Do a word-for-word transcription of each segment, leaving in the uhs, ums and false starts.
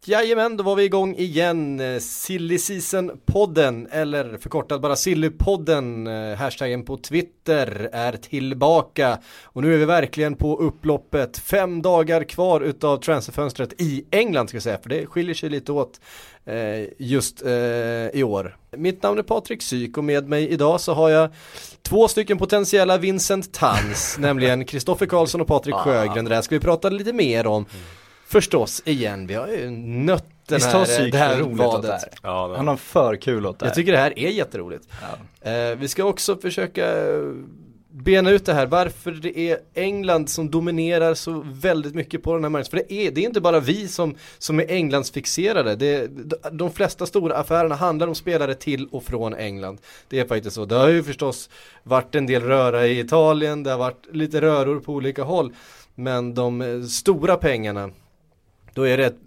jajamän, då var vi igång igen. Silly Season-podden, eller förkortad bara Silly-podden. Hashtaggen på Twitter är tillbaka. Och nu är vi verkligen på upploppet. Fem dagar kvar utav transferfönstret i England, ska jag säga. För det skiljer sig lite åt eh, just eh, i år. Mitt namn är Patrik Syk och med mig idag så har jag två stycken potentiella Vincent Tans, nämligen Kristoffer Karlsson och Patrik Sjögren. Det där ska vi prata lite mer om. Förstås igen, vi har ju nött den här, det här vadet. Ja, han har för kul åt det här. Jag tycker det här är jätteroligt. Ja. Eh, vi ska också försöka bena ut det här, varför det är England som dominerar så väldigt mycket på den här marknaden. För det är, det är inte bara vi som, som är Englands fixerade. Det, de flesta stora affärerna handlar om spelare till och från England. Det är faktiskt så. Det har ju förstås varit en del röra i Italien, det har varit lite röror på olika håll. Men de stora pengarna, då är det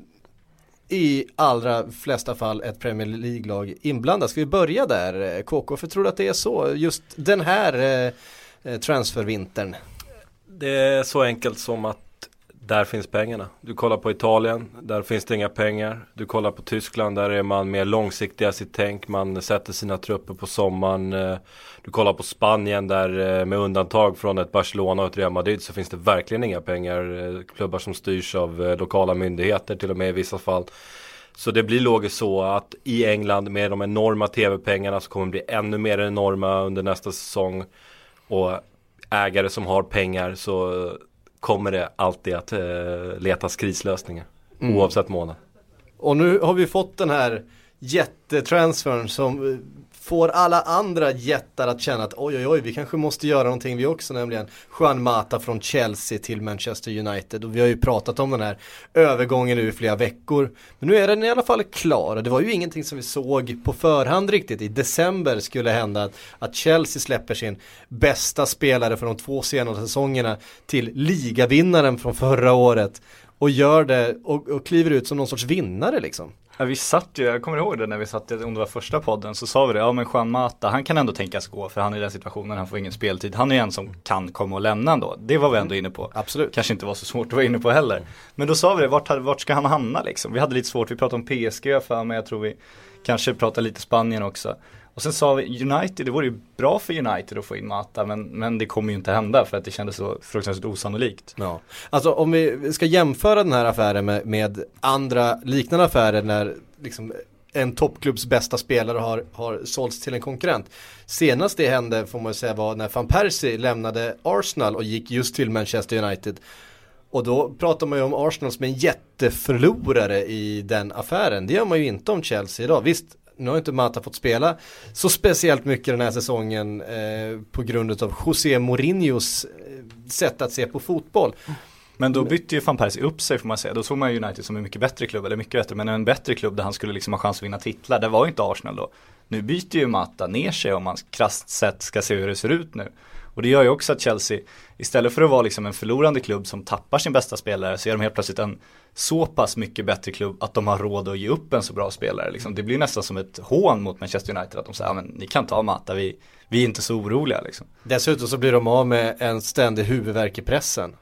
i allra flesta fall ett Premier League-lag inblandat. Ska vi börja där, K K? För tror du att det är så? Just den här eh, transfervintern. Det är så enkelt som att där finns pengarna. Du kollar på Italien, där finns det inga pengar. Du kollar på Tyskland, där är man mer långsiktiga sitt tänk. Man sätter sina trupper på sommaren. Du kollar på Spanien, där med undantag från ett Barcelona och ett Real Madrid så finns det verkligen inga pengar. Klubbar som styrs av lokala myndigheter till och med i vissa fall. Så det blir logiskt så att i England med de enorma tv-pengarna så kommer det bli ännu mer enorma under nästa säsong. Och ägare som har pengar så kommer det alltid att eh, letas krislösningar mm. oavsett månad. Och nu har vi fått den här jättetransfern som eh, får alla andra jättar att känna att oj oj oj, vi kanske måste göra någonting vi också, nämligen Juan Mata från Chelsea till Manchester United. Och vi har ju pratat om den här övergången nu i flera veckor. Men nu är den i alla fall klar. Det var ju ingenting som vi såg på förhand riktigt. I december skulle hända att, att Chelsea släpper sin bästa spelare för de två senaste säsongerna till ligavinnaren från förra året. Och gör det och, och kliver ut som någon sorts vinnare liksom. Ja, vi satt ju, jag kommer ihåg det när vi satt, om det var första podden, så sa vi det, ja men Juan Mata, han kan ändå tänkas gå, för han är i den situationen, han får ingen speltid. Han är en som kan komma och lämna ändå. Det var vi ändå inne på. Absolut. Kanske inte var så svårt att vara inne på heller. Men då sa vi det, vart, vart ska han hamna liksom? Vi hade lite svårt, vi pratade om P S G för, men jag tror vi kanske pratade lite Spanien också. Och sen sa vi United, det vore ju bra för United att få in Mata, men, men det kommer ju inte hända för att det kändes så fruktansvärt osannolikt. Ja. Alltså om vi ska jämföra den här affären med, med andra liknande affärer när liksom en toppklubbs bästa spelare har, har sålts till en konkurrent. Senast det hände får man säga var när Van Persie lämnade Arsenal och gick just till Manchester United. Och då pratar man ju om Arsenal som en jätteförlorare i den affären. Det gör man ju inte om Chelsea idag. Visst, nu har inte Mata fått spela så speciellt mycket den här säsongen eh, på grund av José Mourinhos eh, sätt att se på fotboll. Men då bytte ju Van Persie upp sig, får man säga. Då såg man United som en mycket bättre klubb, eller mycket bättre, men en bättre klubb där han skulle liksom ha chans att vinna titlar. Det var ju inte Arsenal då. Nu byter ju Mata ner sig om man krasst sett ska se hur det ser ut nu. Och det gör ju också att Chelsea, istället för att vara liksom en förlorande klubb som tappar sin bästa spelare, så är de helt plötsligt en så pass mycket bättre klubb att de har råd att ge upp en så bra spelare. Liksom, det blir nästan som ett hån mot Manchester United att de säger, ja, men ni kan ta Mata, vi, vi är inte så oroliga. Liksom. Dessutom så blir de av med en ständig huvudvärk i pressen.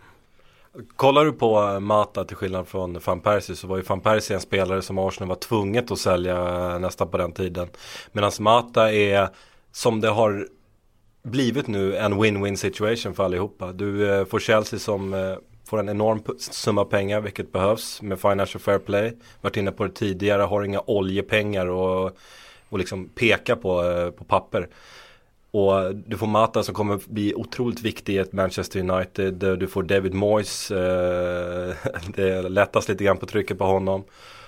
Kollar du på Mata till skillnad från Van Persie, så var ju Van Persie en spelare som Arsenal var tvunget att sälja nästan på den tiden. Medan Mata är, som det har blivit nu, en win-win situation för allihopa. Du eh, får Chelsea som eh, får en enorm summa pengar, vilket behövs med financial fair play. Varit inne på det tidigare, har inga oljepengar och, och liksom peka på, eh, på papper. Och du får Mata som kommer bli otroligt viktig i ett Manchester United. Du får David Moyes, eh, det lättas lite grann på trycket på honom.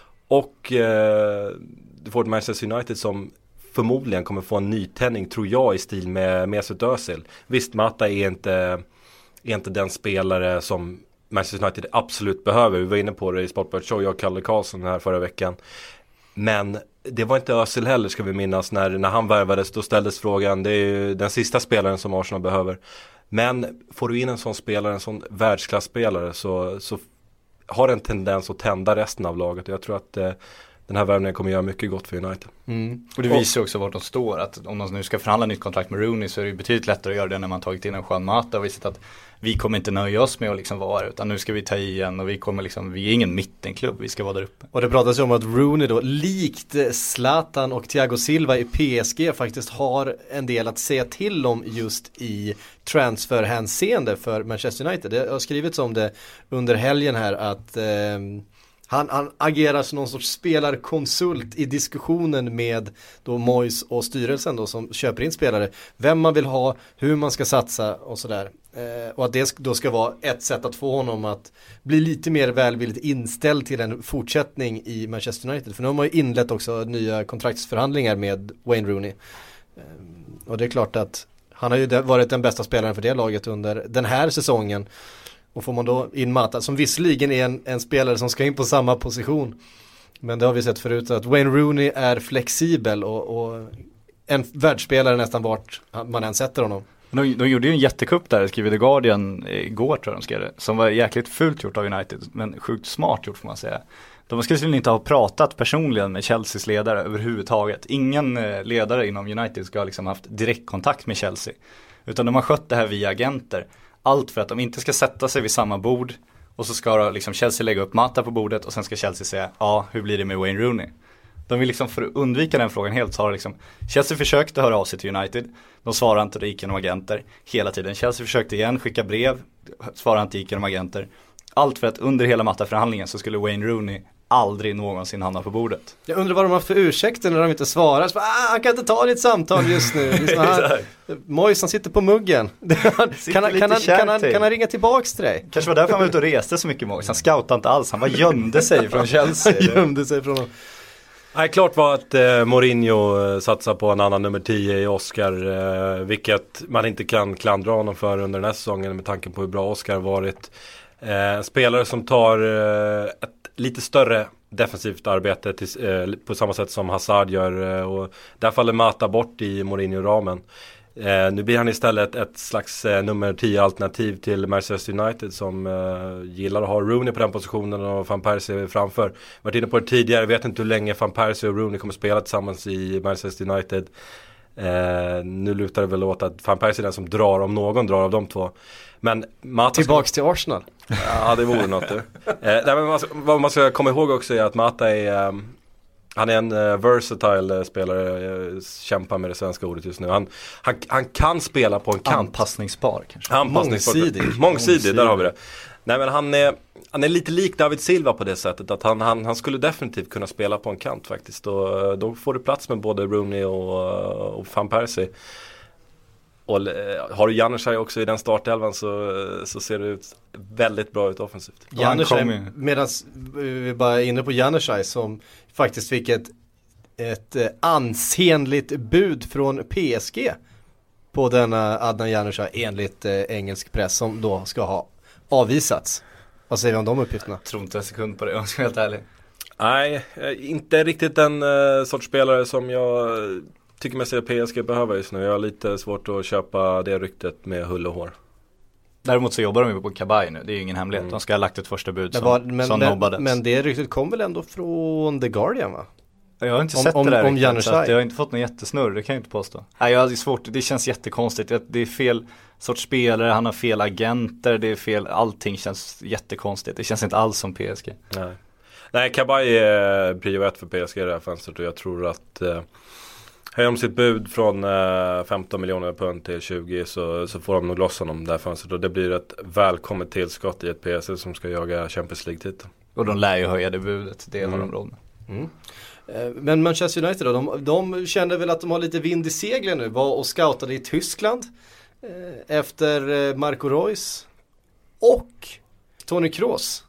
Och eh, du får ett Manchester United som förmodligen kommer få en nytändning, tror jag, i stil med Mesut Özil. Visst, Mata är inte, är inte den spelare som Manchester United absolut behöver. Vi var inne på det i Sportbladet Show, jag och Kalle Karlsson här förra veckan. Men det var inte Özil heller, ska vi minnas. När, när han värvades, då ställdes frågan, det är ju den sista spelaren som Arsenal behöver. Men får du in en sån spelare, en sån världsklasspelare, så, så har en tendens att tända resten av laget. Jag tror att eh, den här värvningen kommer göra mycket gott för United. Mm. Och det visar också vart de står, att om de nu ska förhandla nytt kontrakt med Rooney så är det betydligt lättare att göra det när man tagit in en Juan Mata och visat att vi kommer inte nöja oss med att liksom vara, utan nu ska vi ta igen och vi kommer liksom, vi är ingen mittenklubb, vi ska vara där uppe. Och det pratas ju om att Rooney då, likt Zlatan och Thiago Silva i P S G, faktiskt har en del att säga till om just i transferhänseende för Manchester United. Det har skrivits om det under helgen här att eh, Han, han agerar som någon sorts spelarkonsult i diskussionen med då Moyes och styrelsen då, som köper in spelare. Vem man vill ha, hur man ska satsa och sådär. Eh, och att det då ska vara ett sätt att få honom att bli lite mer välvilligt inställd till en fortsättning i Manchester United. För nu har man ju inlett också nya kontraktsförhandlingar med Wayne Rooney. Eh, och det är klart att han har ju varit den bästa spelaren för det laget under den här säsongen. Och får man då in Mata, som visserligen är en, en spelare som ska in på samma position. Men det har vi sett förut att Wayne Rooney är flexibel och, och en världsspelare nästan vart man än sätter honom. De, de gjorde ju en jättekupp där, skrev The Guardian igår tror jag de skrev det, som var jäkligt fult gjort av United, men sjukt smart gjort får man säga. De skulle väl inte ha pratat personligen med Chelseas ledare överhuvudtaget. Ingen ledare inom United ska ha liksom haft direktkontakt med Chelsea. Utan de har skött det här via agenter. Allt för att de inte ska sätta sig vid samma bord och så ska liksom Chelsea lägga upp Mata på bordet och sen ska Chelsea säga, ja, hur blir det med Wayne Rooney? De vill liksom, för att undvika den frågan helt, så har liksom Chelsea försökte höra av sig till United. De svarade inte, det gick genom agenter hela tiden. Chelsea försökte igen, skicka brev, svarade inte, gick genom agenter. Allt för att under hela Mata-förhandlingen så skulle Wayne Rooney aldrig någonsin hamna på bordet. Jag undrar vad de har för ursäkter när de inte svarar. Så, ah, han kan inte ta ditt samtal just nu. Liksom, han, Moyes, han sitter på muggen. kan, han, kan, han, kan, han, kan, han, kan han ringa tillbaks till dig? Kanske var därför han var ute och reste så mycket, Moyes. Han scoutade inte alls. Han var gömde sig från Chelsea. Han gömde sig från honom. Nej, klart var att eh, Mourinho eh, satsar på en annan nummer tio i Oscar, eh, vilket man inte kan klandra honom för under den här säsongen med tanke på hur bra Oscar har varit. Eh, spelare som tar eh, ett lite större defensivt arbete till, eh, på samma sätt som Hazard gör, eh, och där faller Mata bort i Mourinho-ramen. Eh, nu blir han istället ett slags eh, nummer tio-alternativ till Manchester United som eh, gillar att ha Rooney på den positionen och Van Persie framför. Jag varit inne på det tidigare, jag vet inte hur länge Van Persie och Rooney kommer spela tillsammans i Manchester United. Eh, nu lutar det väl åt att Van Persie är den som drar, om någon drar av de två. Men Mata tillbaks ska... till Arsenal. Ja, det vore något. eh, nej, men man, vad man ska komma ihåg också är att Mata är... Um, Han är en uh, versatile spelare, jag kämpar med det svenska ordet just nu. Han, han, han kan spela på en kant. Anpassningsbar kanske. Anpassningsbar. Mångsidig. Mångsidig, Mångsidig, där har vi det. Nej, men han är, han är lite lik David Silva på det sättet att han, han, han skulle definitivt kunna spela på en kant faktiskt. Och, då får du plats med både Rooney och, och Van Persie. Och har du Janusaj också i den startelvan så, så ser det ut väldigt bra ut offensivt. Janusaj, medan vi bara är inne på Janusaj som faktiskt fick ett, ett ansenligt bud från P S G på denna Adnan Janusaj enligt eh, engelsk press som då ska ha avvisats. Vad säger vi om de uppgifterna? Jag tror inte en sekund på det, jag ska vara helt ärlig. Nej, inte riktigt en uh, sorts spelare som jag tycker mig att P S G behöver just nu. Jag har lite svårt att köpa det ryktet med hull och hår. Däremot så jobbar de ju på Kabay nu, det är ju ingen hemlighet. Mm. De ska ha lagt ett första bud som, var, men, som men, nobbades. Men det ryktet kom väl ändå från The Guardian, va? Jag har inte om, sett om, det där om riktigt, så att jag har inte fått någon jättesnurr, det kan jag inte påstå. Nej, jag har svårt, det känns jättekonstigt. Det är fel sorts spelare, han har fel agenter, det är fel, allting känns jättekonstigt. Det känns inte alls som P S G. Nej, Nej Kabay är prio ett för P S G i det här fönstret och jag tror att eh, höjer de sitt bud från eh, femton miljoner pund till tjugo så, så får de nog loss honom där fönstret och det blir ett välkommet tillskott i ett P S G som ska jaga Champions League-titeln. Och de lär ju höja det budet, det är vad mm. de råd med. Mm. Men Manchester United då, de, de kände väl att de har lite vind i seglen nu, var och scoutade i Tyskland eh, efter Marco Reus och Toni Kroos.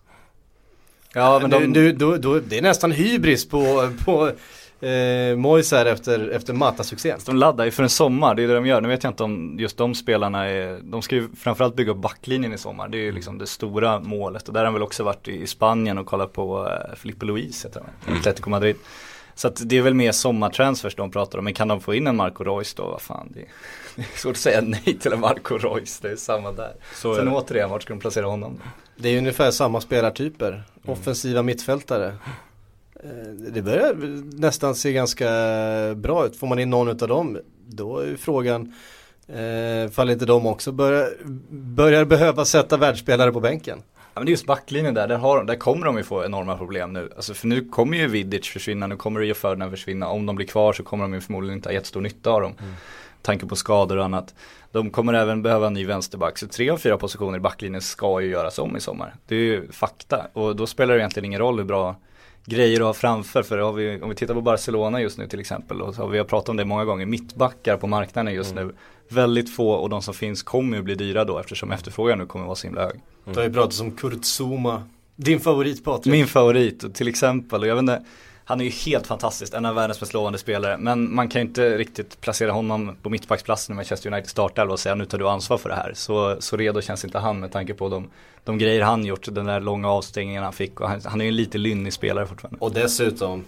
Ja, men de, du, du, du, det är nästan hybris på, på eh, Moyes här efter, efter Mata-succén. De laddar ju för en sommar, det är det de gör. Nu vet jag inte om just de spelarna är, de ska ju framförallt bygga upp backlinjen i sommar. Det är ju liksom det stora målet. Och där har han väl också varit i Spanien och kollat på eh, Felipe Luis, heter han, Atletico Madrid. Så att det är väl mer sommartransfers de pratar om. Men kan de få in en Marco Reus då? Vad fan, det är, det är svårt att säga nej till en Marco Reus. Det är samma där. Så Sen återigen, vart ska de placera honom då? Det är ungefär samma spelartyper. Mm. Offensiva mittfältare. Det börjar nästan se ganska bra ut. Får man in någon av dem, då är frågan eh, fall inte de också börjar, börjar behöva sätta världsspelare på bänken. Ja, men det är just backlinjen där, där, har de, där kommer de ju få enorma problem nu. Alltså, för nu kommer ju Vidic försvinna, nu kommer Rio Ferdinand försvinna. Om de blir kvar så kommer de ju förmodligen inte ha jättestor nytta av dem. Mm. Tanke på skador och annat. De kommer även behöva en ny vänsterback. Så tre av fyra positioner i backlinjen ska ju göras om i sommar. Det är ju fakta. Och då spelar det egentligen ingen roll hur bra grejer att ha framför. För har vi, om vi tittar på Barcelona just nu till exempel. Och så har vi har pratat om det många gånger. Mittbackar på marknaden just mm. nu. Väldigt få, och de som finns kommer ju bli dyra då. Eftersom efterfrågan nu kommer vara så himla hög. Mm. Det har ju pratat om Kurt Zouma. Din favorit, Patrik? Min favorit till exempel. Och jag vet inte, han är ju helt fantastisk, en av världens mest lovande spelare. Men man kan ju inte riktigt placera honom på mittbacksplatsen när Manchester United startar och säga nu tar du ansvar för det här. Så, så redo känns inte han med tanke på de, de grejer han gjort, den där långa avstängningen han fick. Och han, han är ju en lite lynnig spelare fortfarande. Och dessutom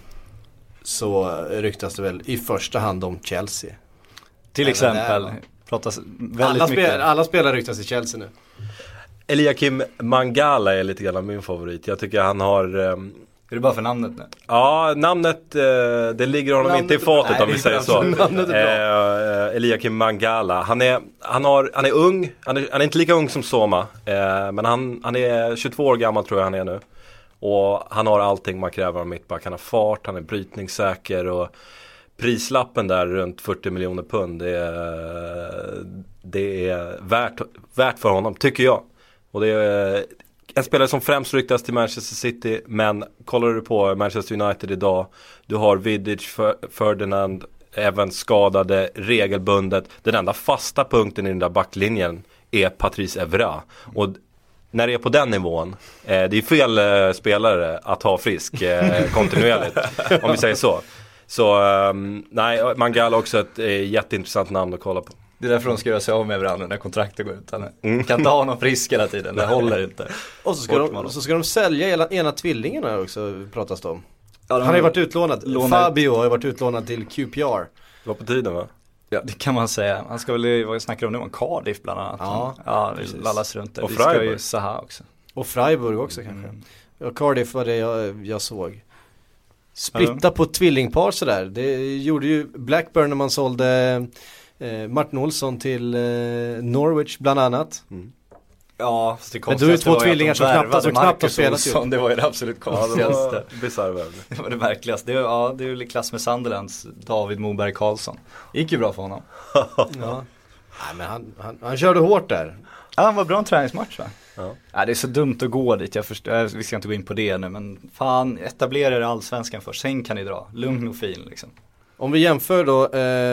så ryktas det väl i första hand om Chelsea. Till exempel. Pratas väldigt alla, mycket. spel, alla spelare ryktas i Chelsea nu. Eliakim Mangala är lite grann min favorit. Jag tycker han har... Um... Är det bara för namnet nu? Ja, namnet, eh, det ligger honom namnet inte i fatet om vi säger så. Eh, Eliakim Mangala. Han är, han, har, han är ung, han är, han är inte lika ung som Soma. Eh, men han, han är tjugotvå år gammal tror jag han är nu. Och han har allting man kräver av mittback. Han har fart, han är brytningssäker och prislappen där runt fyrtio miljoner pund. Det är, det är värt, värt för honom, tycker jag. Och det är en spelare som främst ryktas till Manchester City, men kollar du på Manchester United idag, du har Vidic, Ferdinand, även skadade regelbundet. Den enda fasta punkten i den där backlinjen är Patrice Evra. Och när det är på den nivån, eh, det är fel eh, spelare att ha frisk eh, kontinuerligt, om vi säger så. Så um, nej, Mangala också ett eh, jätteintressant namn att kolla på. Det är därför de ska göra sig av med varandra när kontraktet går ut. Han mm. kan inte ha någon frisk hela tiden, det håller inte. Och så ska, de, så ska de sälja ena, ena tvillingarna också, pratas det om. Ja, han har ju varit utlånad, lånat. Fabio har ju varit utlånad till Q P R. Det var på tiden, va? Ja, det kan man säga. Han ska väl, vad snackar om nu, om Cardiff bland annat. Ja, ja det lallas runt där. Och Freiburg. Vi ska ju Zaha också. Och Freiburg också kanske. Mm. Ja, Cardiff var det jag, jag såg. Splitta på tvillingpar sådär. Det gjorde ju Blackburn när man sålde eh, Martin Olsson till eh, Norwich bland annat. Mm. Ja, det men du är ju två tvillingar som knappt, som knappt har spelat ju. Det var ju det absolut konstigaste. Ja, det var det var det verkligaste. Det, ja, det är ju klass med Sunderlands David Moberg Karlsson. Gick ju bra för honom. Ja. Nej, men han, han, han körde hårt där. Ja, han var bra en träningsmatch, va? Ja. Ja, det är så dumt att gå dit. Jag förstår, vi ska inte gå in på det nu, men fan, etablera er allsvenskan först. Sen kan ni dra. Lugn och fin liksom. Om vi jämför då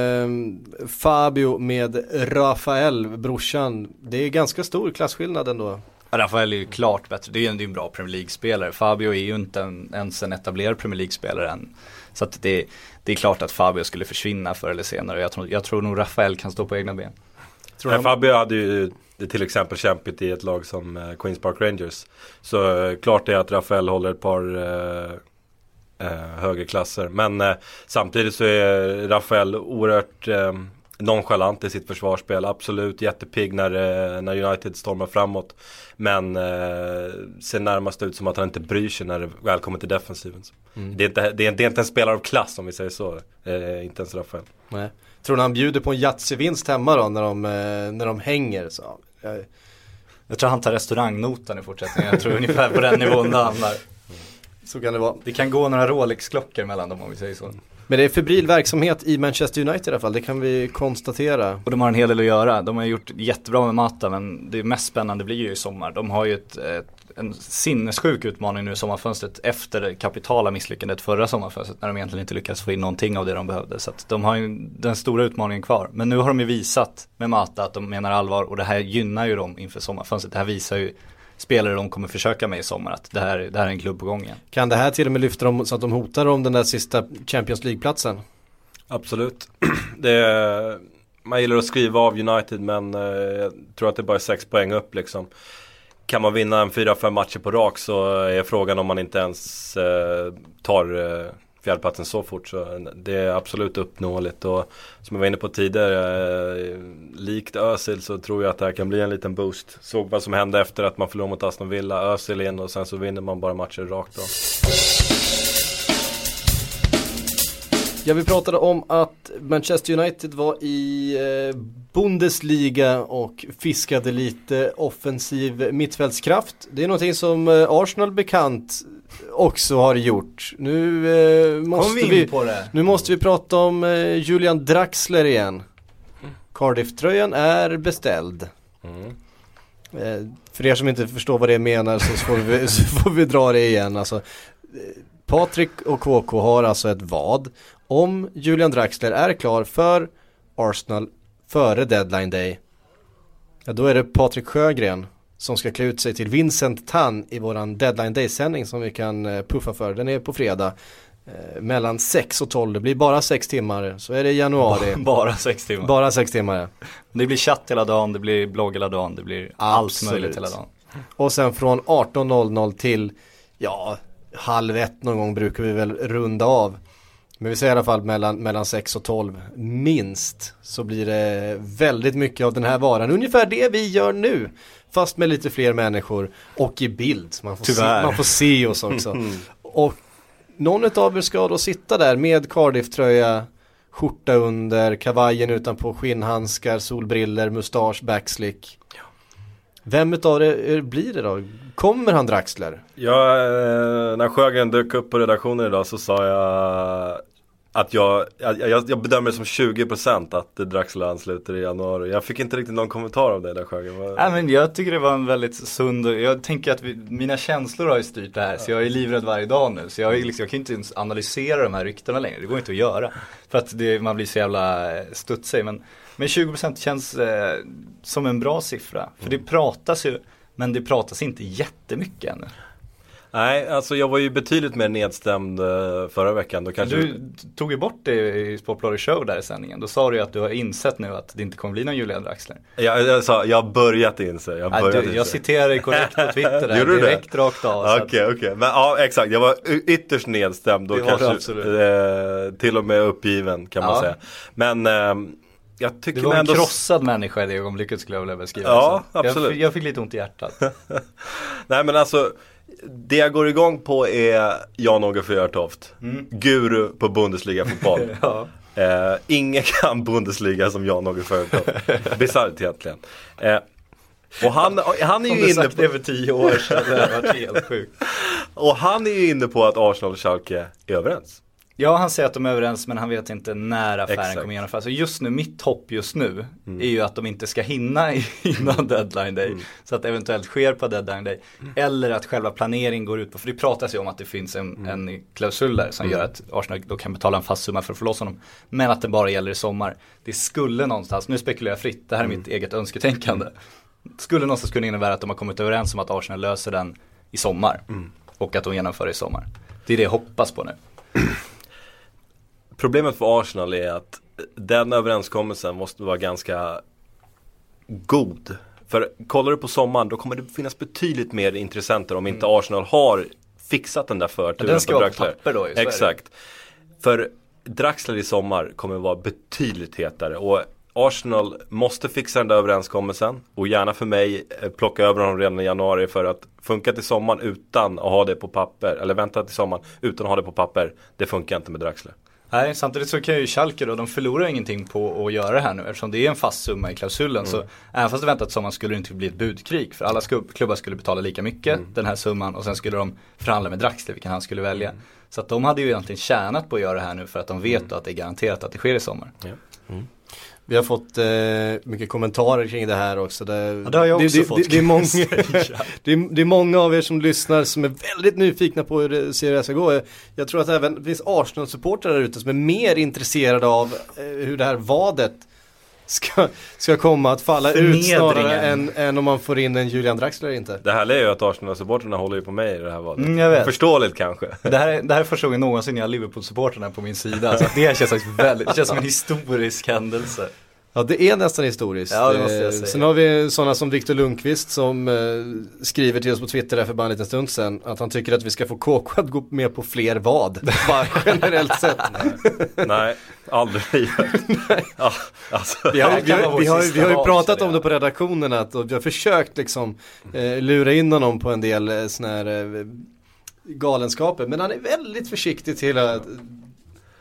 eh, Fabio med Rafael, brorsan. Det är ganska stor klasskillnad ändå. Ja, Rafael är ju klart bättre. Det är ju en bra Premier League-spelare. Fabio är ju inte en, ens en etablerad Premier League-spelare än. Så att det, det är klart att Fabio skulle försvinna förr eller senare. Jag tror, jag tror nog Rafael kan stå på egna ben. Tror Nej, Fabio hade ju det till exempel kämpigt i ett lag som eh, Queens Park Rangers. Så eh, klart är att Rafael håller ett par eh, eh, högre klasser. Men eh, samtidigt så är Rafael oerhört eh, nonchalant i sitt försvarsspel. Absolut jättepigg när, eh, när United stormar framåt. Men eh, ser närmast ut som att han inte bryr sig när det väl kommer till defensiven. Mm. Det, är inte, det, är, det är inte en spelare av klass om vi säger så. Eh, inte ens Rafael. Nej. Tror du han bjuder på en Yatzy-vinst hemma då när de, när de hänger? Så, jag... jag tror han tar restaurangnotan i fortsättningen. Jag tror ungefär på den nivån där han där. Så kan det vara. Det kan gå några Rolex-klockor mellan dem om vi säger så. Men det är febril verksamhet i Manchester United i alla fall, det kan vi konstatera. Och de har en hel del att göra. De har gjort jättebra med Mata, men det mest spännande blir ju i sommar. De har ju ett, ett, en sinnessjuk utmaning nu i sommarfönstret efter det kapitala misslyckandet förra sommarfönstret när de egentligen inte lyckades få in någonting av det de behövde. Så att de har ju den stora utmaningen kvar. Men nu har de ju visat med Mata att de menar allvar, och det här gynnar ju dem inför sommarfönstret. Det här visar ju spelare de kommer försöka med i sommar att det här, det här är en klubb på gång igen. Kan det här till och med lyfta dem så att de hotar om den där sista Champions League-platsen? Absolut. Det är, man gillar att skriva av United, men eh, jag tror att det bara är sex poäng upp liksom. Kan man vinna en fyra fem matcher på rak så är frågan om man inte ens eh, tar eh, fjärdeplatsen så fort. Så det är absolut uppnåeligt, och som jag var inne på tidigare, eh, likt Özil så tror jag att det här kan bli en liten boost. Såg vad som hände efter att man förlorade mot Aston Villa, Özil in, och sen så vinner man bara matcher rakt av. Ja, vi pratade om att Manchester United var i eh, Bundesliga och fiskade lite offensiv mittfältskraft. Det är någonting som eh, Arsenal bekant också har gjort. Nu, eh, måste, vi, vi nu måste vi prata om eh, Julian Draxler igen. Cardiff-tröjan är beställd. Mm. Eh, för er som inte förstår vad det menar så får vi, så får vi dra det igen. Alltså, eh, Patrik och K K har alltså ett vad. Om Julian Draxler är klar för Arsenal före deadline day, ja, då är det Patrik Sjögren som ska klä ut sig till Vincent Tan i våran deadline day-sändning som vi kan eh, puffa för. Den är på fredag eh, mellan sex och tolv. Det blir bara sex timmar, så är det i januari. Bara sex timmar. Bara sex timmar, ja. Det blir chatt hela dagen, det blir blogg hela dagen, det blir allt möjligt hela dagen. Och sen från arton noll noll till, ja, halv ett någon gång brukar vi väl runda av. Men vi säger i alla fall mellan, mellan sex och tolv minst, så blir det väldigt mycket av den här varan. Ungefär det vi gör nu, fast med lite fler människor och i bild. Man får, se, man får se oss också. Och någon av er ska då sitta där med Cardiff-tröja, skjorta under, kavajen utanpå, skinnhandskar, solbriller, mustasch, backslick. Vem utav det blir det då? Kommer han Draxler? Ja, när Sjögren dök upp på redaktionen idag så sa jag att jag, jag, jag bedömer det som tjugo procent att Draxler ansluter i januari. Jag fick inte riktigt någon kommentar om det där, Sjögren. Nej, men jag tycker det var en väldigt sund, jag tänker att vi, mina känslor har ju styrt det här, så jag är livrädd varje dag nu. Så jag, liksom, jag kan inte ens analysera de här ryktena längre, det går inte att göra. För att det, man blir så jävla studsig. Men, men tjugo procent känns eh, som en bra siffra. För det pratas ju, men det pratas inte jättemycket ännu. Nej, alltså jag var ju betydligt mer nedstämd uh, förra veckan. Då kanske... Du tog ju bort det i Sportbladet Show där i sändningen. Då sa du ju att du har insett nu att det inte kommer bli någon Julian Draxler. Jag, jag sa, jag har börjat inse. Jag, Nej, börjat du, inse. jag citerar dig korrekt på Twitter där. Gjorde du direkt det? Rakt av. Okej, okej. Okay, okay. Men ja, exakt. Jag var ytterst nedstämd. Då kanske eh, till och med uppgiven kan man ja. säga. Men... Eh, Jag tycker du var en ändå... krossad människa i det ögonblicket, skulle jag vilja beskriva. Ja, absolut. Jag, jag fick lite ont i hjärtat. Nej, men alltså, det jag går igång på är Jan-Åge Fjörtoft. Mm. Guru på Bundesliga-fotboll. ja. eh, ingen kan Bundesliga som Jan-Åge Fjörtoft. Bisarrt egentligen. Eh, och han, han är ju inne på... det för tio år sedan, det har varit helt sjukt. Och han är ju inne på att Arsenal och Schalke är överens. Ja, han säger att de är överens, men han vet inte när affären Exakt. kommer genomföras. Så just nu, mitt hopp just nu mm. är ju att de inte ska hinna innan deadline day. Mm. Så att det eventuellt sker på deadline day. Mm. Eller att själva planeringen går ut på, för det pratas ju om att det finns en, mm. en klausul där som mm. gör att Arsenal då kan betala en fast summa för att få loss honom. Men att det bara gäller i sommar. Det skulle någonstans, nu spekulerar jag fritt, det här är mm. mitt eget önsketänkande. Skulle någonstans kunna innebära att de har kommit överens om att Arsenal löser den i sommar. Mm. Och att de genomför det i sommar. Det är det jag hoppas på nu. Problemet för Arsenal är att den överenskommelsen måste vara ganska god. För kollar du på sommaren, då kommer det finnas betydligt mer intressenter om inte mm. Arsenal har fixat den där förturen. Ja, den ska vara på papper då i Sverige. Exakt. För Draxler i sommar kommer vara betydligt hetare. Och Arsenal måste fixa den där överenskommelsen. Och gärna för mig plocka över honom redan i januari, för att funka till sommaren utan att ha det på papper. Eller vänta till sommaren utan att ha det på papper. Det funkar inte med Draxler. Nej, samtidigt så kan ju Schalke då, de förlorar ingenting på att göra det här nu, eftersom det är en fast summa i klausulen. Mm. Så även fast det väntat sommaren skulle det inte bli ett budkrig, för alla klubbar skulle betala lika mycket mm. den här summan, och sen skulle de förhandla med Draxler vilken han skulle välja. Mm. Så att de hade ju egentligen tjänat på att göra det här nu, för att de vet mm. att det är garanterat att det sker i sommar. Ja. Mm. Vi har fått eh, mycket kommentarer kring det här också. Det, ja, det har jag också det, fått. Det, det, är många, det, är, det är många av er som lyssnar som är väldigt nyfikna på hur det ser det ska gå. Jag tror att även det finns Arsenal-supportrar där ute som är mer intresserade av eh, hur det här vadet ska, ska komma att falla ut snarare än, än om man får in en Julian Draxler inte. Det här är ju att Arsenal-supportrarna håller ju på mig i det här vadet. Mm, jag vet. Förståeligt kanske. Det här, är, det här är första gången någonsin jag har Liverpool-supportrarna på min sida. Så det här känns, väldigt, det känns som en historisk händelse. Ja, det är nästan historiskt. Ja, det måste jag säga. Sen har vi sådana som Victor Lundqvist som eh, skriver till oss på Twitter där för bara en liten stund sedan att han tycker att vi ska få K K att gå med på fler vad. Bara generellt sett. Nej, Nej aldrig. Nej. Ja, alltså. Vi har, vi har, vi har, vi har ju pratat om det på redaktionen att, och vi har försökt liksom eh, lura in honom på en del eh, såna här eh, galenskaper. Men han är väldigt försiktig till att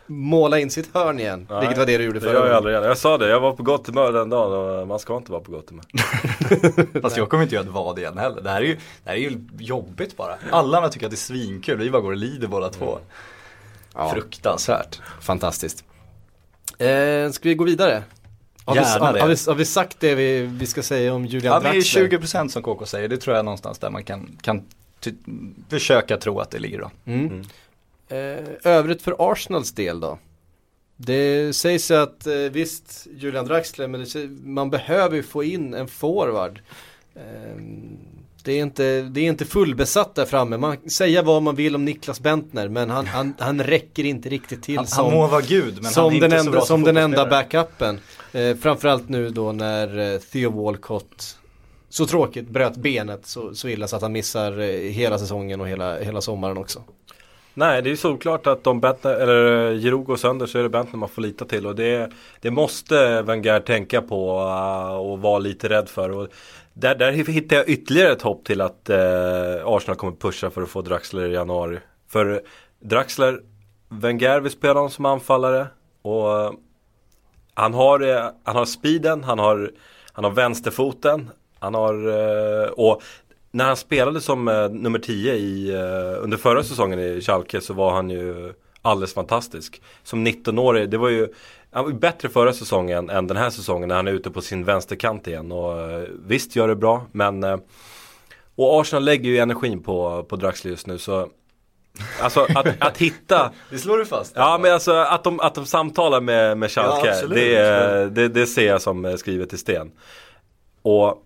måla in sitt hörn igen. Nej, vilket var det du gjorde förra gången. Jag, aldrig, jag sa det, jag var på gott humör den dagen och man ska inte vara på gott humör. Fast jag kommer inte göra ett vad igen heller. Det här är ju, det här är ju jobbigt bara. Alla tycker att det är svinkul, vi bara går och lider båda två. Mm. Ja. Fruktansvärt. Fantastiskt. Eh, ska vi gå vidare? Har vi, har, har, vi, har vi sagt det vi, vi ska säga om Julian ja, Draxler? Ja, tjugo procent som K K säger. Det tror jag någonstans där man kan, kan ty- försöka tro att det ligger då. Mm. Mm. Eh, övrigt för Arsenals del då? Det sägs att eh, visst Julian Draxler, men det, man behöver ju få in en forward. Eh, det, är inte, det är inte fullbesatt där framme. Man säger vad man vill om Niklas Bentner, men han, han, han räcker inte riktigt till han, som, han må vara gud, men som han är den inte enda, så bra som som den enda backupen. Eh, framförallt nu då när eh, Theo Walcott så tråkigt bröt benet så, så illa så att han missar eh, hela säsongen och hela, hela sommaren också. Nej, det är ju såklart att om Bentner, eller Giroud går sönder så är det Bentner man får lita till. Och det, det måste Wenger tänka på uh, och vara lite rädd för. Och där, där hittar jag ytterligare ett hopp till att uh, Arsenal kommer pusha för att få Draxler i januari. För Draxler, Wenger vill spela honom som anfallare. Och uh, han, har, uh, han har speeden, han har, han har vänsterfoten. Han har... Uh, och när han spelade som uh, nummer tio i, uh, under förra säsongen i Schalke så var han ju alldeles fantastisk. Som nitton-årig, det var ju han var ju bättre förra säsongen än den här säsongen när han är ute på sin vänsterkant igen. Och uh, visst gör det bra, men uh, och Arsenal lägger ju energin på, på Draxler just nu så alltså att, att hitta det slår du fast. Ja, men alltså att de, att de samtalar med, med Schalke, ja, absolut, det, det, det ser jag som skrivet i sten. Och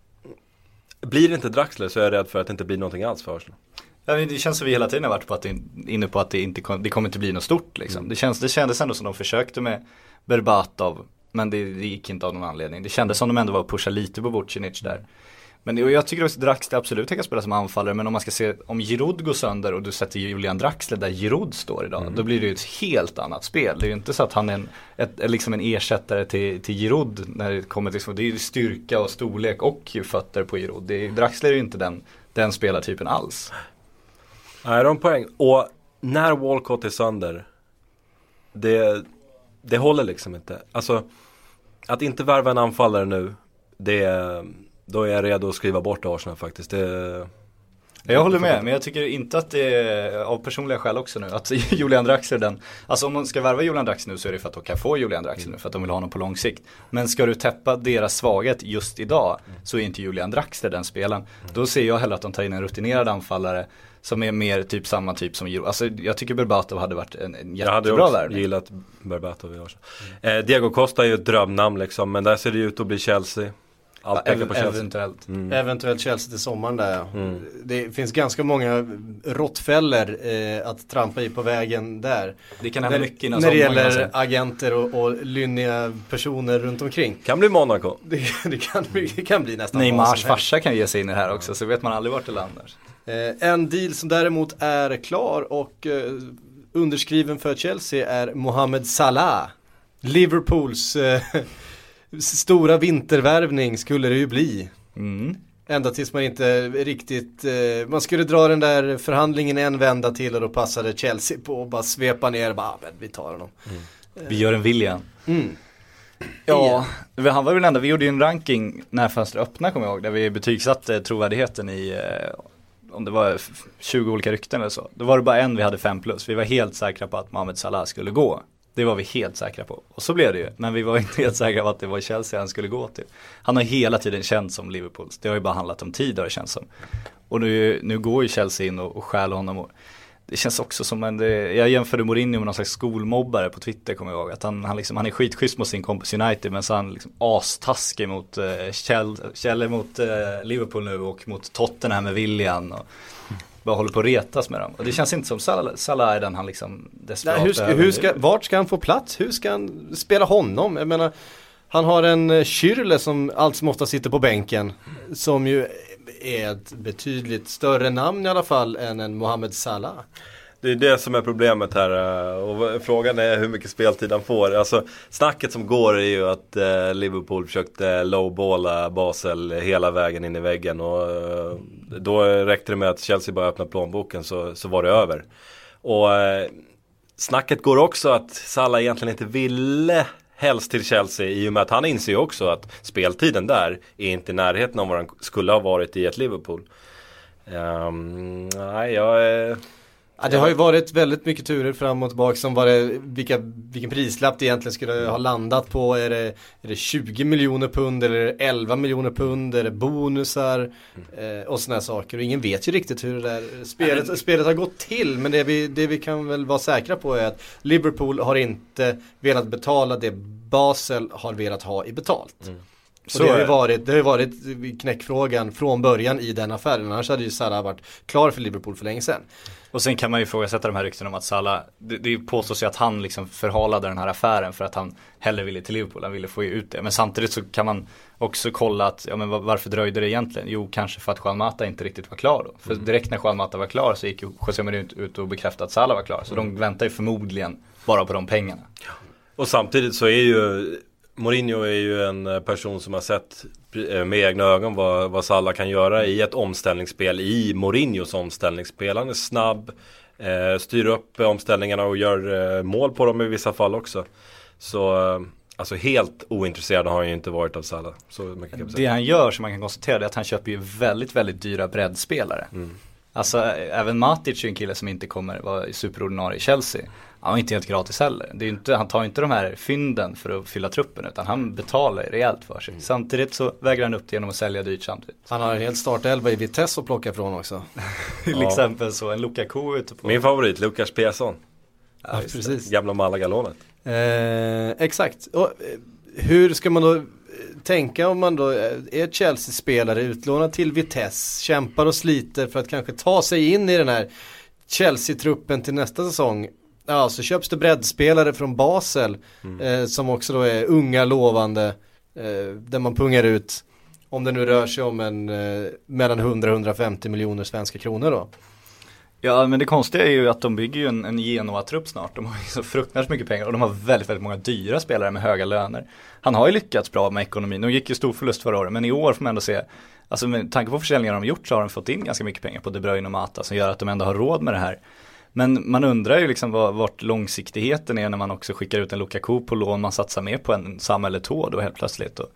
blir det inte Draxler så är jag rädd för att det inte blir någonting alls för Arsenal. Ja, det känns som vi hela tiden har varit på att det, inne på att det inte kom, det kommer inte bli något stort liksom. Mm. Det, känns, det kändes ändå som de försökte med Berbatov, men det, det gick inte av någon anledning. Det kändes som de ändå var att pusha lite på Vucinic där. Men det, och jag tycker också att Draxler absolut kan spela som anfallare, men om man ska se om Giroud går sönder och du sätter Julian Draxler där Giroud står idag, mm. då blir det ju ett helt annat spel. Det är ju inte så att han är en, ett, liksom en ersättare till, till Giroud när det kommer till, det är ju styrka och storlek och ju fötter på Giroud. Det är, Draxler är ju inte den, den spelartypen alls. Nej, det är en poäng. Och när Walcott är sönder, det, det håller liksom inte. Alltså, att inte värva en anfallare nu, det, då är jag redo att skriva bort Arsenal faktiskt. Det, jag håller med, men jag tycker inte att det är av personliga skäl också nu. Att Julian Draxler den, alltså om man ska värva Julian Draxler nu så är det för att de kan få Julian Draxler nu, för att de vill ha honom på lång sikt. Men ska du täppa deras svaghet just idag så är inte Julian Draxler den spelaren. Då ser jag hellre att de tar in en rutinerad anfallare som är mer typ samma typ som Giroud. Alltså jag tycker Berbatov hade varit en, en jättebra värvning. Jag hade också gillat Berbatov i år. Mm. Eh, Diego Costa är ju ett drömnamn liksom, men där ser det ut att bli Chelsea. Allt ja, ev- på Chelsea. Eventuellt. Mm. Eventuellt Chelsea till sommaren där. Ja. Mm. Det finns ganska många råttfällor eh, att trampa i på vägen där. Det kan hända mycket innan när det sommaren, gäller agenter och, och lynniga personer runt omkring. Kan bli Monaco. Det, det, kan, det kan bli nästan Neymars farsa kan ge sig in i det här också, så vet man aldrig vart det landar. Eh, en deal som däremot är klar och eh, underskriven för Chelsea är Mohamed Salah. Liverpools eh, stora vintervärvning skulle det ju bli. Mm. Ända tills man inte riktigt eh, man skulle dra den där förhandlingen en vända till och då passade Chelsea på och bara svepa ner bara, men vi tar honom. Mm. Eh. Vi gör en William. Mm. Ja, han var väl enda, vi gjorde ju en ranking när fönstret öppnade, kommer jag ihåg, där vi betygsatte trovärdigheten i eh, om det var tjugo olika rykten eller så. Då var det bara en vi hade fem plus. Vi var helt säkra på att Mohamed Salah skulle gå. Det var vi helt säkra på. Och så blev det ju. Men vi var inte helt säkra på att det var Chelsea han skulle gå till. Han har hela tiden känt som Liverpools. Det har ju bara handlat om tid, har det känts som. Och nu, nu går ju Chelsea in och, och stjäl honom. Och det känns också som en... Det, jag jämförde Mourinho med någon slags skolmobbare på Twitter, kommer jag ihåg. Att han, han, liksom, han är skitschysst mot sin kompis United, men så han liksom astaskig mot, uh, Chelsea, mot uh, Liverpool nu och mot Tottenham med Willian och... bara håller på att retas med dem. Och det känns inte som Salah, Salah är den han liksom desperat. Nej, hur ska, hur ska, vart ska han få plats? Hur ska han spela honom? Jag menar, han har en Schürrle som allt som ofta sitter på bänken, som ju är ett betydligt större namn i alla fall än en Mohamed Salah. Det är det som är problemet här, och frågan är hur mycket speltid han får. Alltså, snacket som går är ju att eh, Liverpool försökte lowballa Basel hela vägen in i väggen, och eh, då räckte det med att Chelsea bara öppnade plånboken så, så var det över. Och eh, snacket går också att Salah egentligen inte ville helst till Chelsea, i och med att han inser ju också att speltiden där är inte i närheten av vad den skulle ha varit i ett Liverpool. Um, nej, jag är... Ja, det har ju varit väldigt mycket turer fram och tillbaka som var det, vilka, vilken prislapp det egentligen skulle ha landat på. Är det, är det tjugo miljoner pund eller är det elva miljoner pund? Är det bonusar eh, och såna här saker? Och ingen vet ju riktigt hur det där spelet, mm. spelet har gått till. Men det vi, det vi kan väl vara säkra på är att Liverpool har inte velat betala det Basel har velat ha i betalt. Mm. Så det har ju varit, det har varit knäckfrågan från början i den affären. Annars hade ju Salah varit klar för Liverpool för länge sedan. Och sen kan man ju ifrågasätta de här ryktena om att Salah, det, det påstås ju att han liksom förhalade den här affären för att han hellre ville till Liverpool, han ville få ut det. Men samtidigt så kan man också kolla att, ja men varför dröjde det egentligen? Jo, kanske för att Juan Mata inte riktigt var klar då. För direkt när Juan Mata var klar så gick ju José Mourinho ut och bekräftade att Salah var klar. Så mm. de väntar ju förmodligen bara på de pengarna. Och samtidigt så är ju Mourinho är ju en person som har sett med egna ögon vad, vad Salah kan göra i ett omställningsspel, i Mourinhos omställningsspel. Han är snabb, eh, styr upp omställningarna och gör eh, mål på dem i vissa fall också. Så eh, alltså helt ointresserad har han ju inte varit av Salah. Så mycket kan det han gör, som man kan konstatera, är att han köper ju väldigt, väldigt dyra breddspelare. Mm. Alltså även Matic är en kille som inte kommer vara superordinarie i Chelsea. Han är inte helt gratis heller. Det är inte, han tar inte de här fynden för att fylla truppen, utan han betalar rejält för sig. Mm. Samtidigt så vägrar han upp det genom att sälja dyrt samtidigt. Han har en helt startelva i Vitesse att plocka från också. Till ja. exempel så en Lukaku ute på. Min favorit, Lukas Persson. Ja, ja precis. Gamla Malaga-lånet. Eh, exakt. Och, hur ska man då tänka om man då är Chelsea-spelare utlånad till Vitesse, kämpar och sliter för att kanske ta sig in i den här Chelsea-truppen till nästa säsong? Ja, så köps det breddspelare från Basel mm. eh, som också då är unga, lovande, eh, där man pungar ut, om det nu rör sig om en eh, mellan hundra till hundrafemtio miljoner svenska kronor då. Ja, men det konstiga är ju att de bygger ju en, en Genoa-trupp snart. De har ju så fruktansvärt mycket pengar och de har väldigt, väldigt många dyra spelare med höga löner. Han har ju lyckats bra med ekonomin. De gick ju stor förlust förra året, men i år får man ändå se, alltså med tanke på försäljningar de har gjort så har de fått in ganska mycket pengar på De Bruyne och Mata som gör att de ändå har råd med det här. Men man undrar ju liksom vad, vart långsiktigheten är när man också skickar ut en Lukaku på lån, man satsar mer på en Sam eller två då helt plötsligt. Och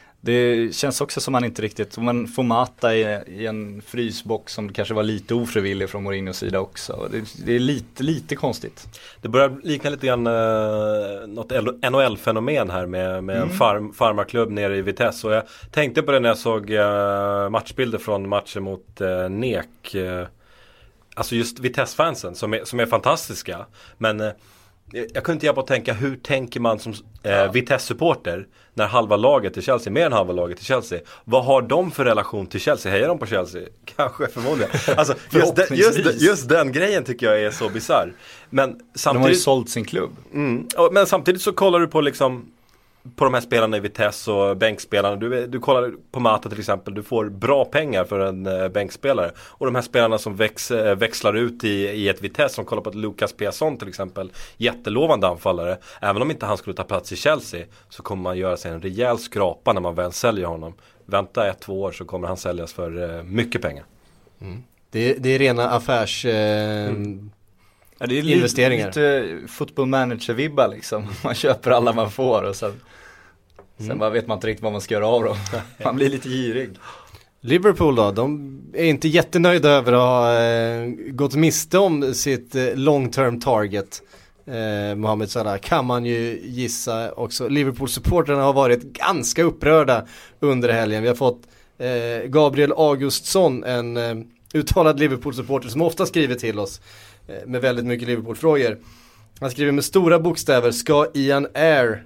det känns också som man inte riktigt, man får Mata i, i en frysbox som kanske var lite ofrivillig från Mourinhos sida också. Det, det är lite, lite konstigt. Det börjar likna lite grann uh, något N H L-fenomen här med, med mm. en farm, farmarklubb nere i Vitesse. Och jag tänkte på det när jag såg uh, matchbilder från matchen mot uh, N E C. Uh, Alltså just Vitesse-fansen som är, som är fantastiska. Men eh, jag kunde inte hjälpa att tänka, hur tänker man som eh, ja. Vitesse-supporter när halva laget till Chelsea, mer än halva laget till Chelsea, vad har de för relation till Chelsea? Hejar de på Chelsea? Kanske, förmodligen. Alltså, just, de, just, just den grejen tycker jag är så bizarr. Men samtidigt, de har ju sålt sin klubb. Mm, men samtidigt så kollar du på liksom på de här spelarna i Vitesse och bänkspelarna. Du, du kollar på Mata till exempel. Du får bra pengar för en uh, bänkspelare. Och de här spelarna som väx, uh, växlar ut i, i ett Vitesse, som kollar på ett Lukas Persson till exempel. Jättelovande anfallare. Även om inte han skulle ta plats i Chelsea, så kommer man göra sig en rejäl skrapa när man väl säljer honom. Vänta ett, två år så kommer han säljas för uh, mycket pengar. Mm. Det, det är rena affärs... Uh, mm. Ja, det är investeringar. Lite football manager-vibbar liksom. Man köper alla man får och sen, mm. sen bara vet man inte riktigt vad man ska göra av dem. Man blir lite girig. Liverpool då, de är inte jättenöjda över att ha eh, gått miste om sitt eh, long-term target. Eh, Mohamed Salah kan man ju gissa också. Liverpool-supporterna har varit ganska upprörda under helgen. Vi har fått eh, Gabriel Augustsson, en eh, uttalad Liverpool-supporter som ofta skriver till oss med väldigt mycket Liverpool-frågor. Han skriver med stora bokstäver: ska Ian Ayre,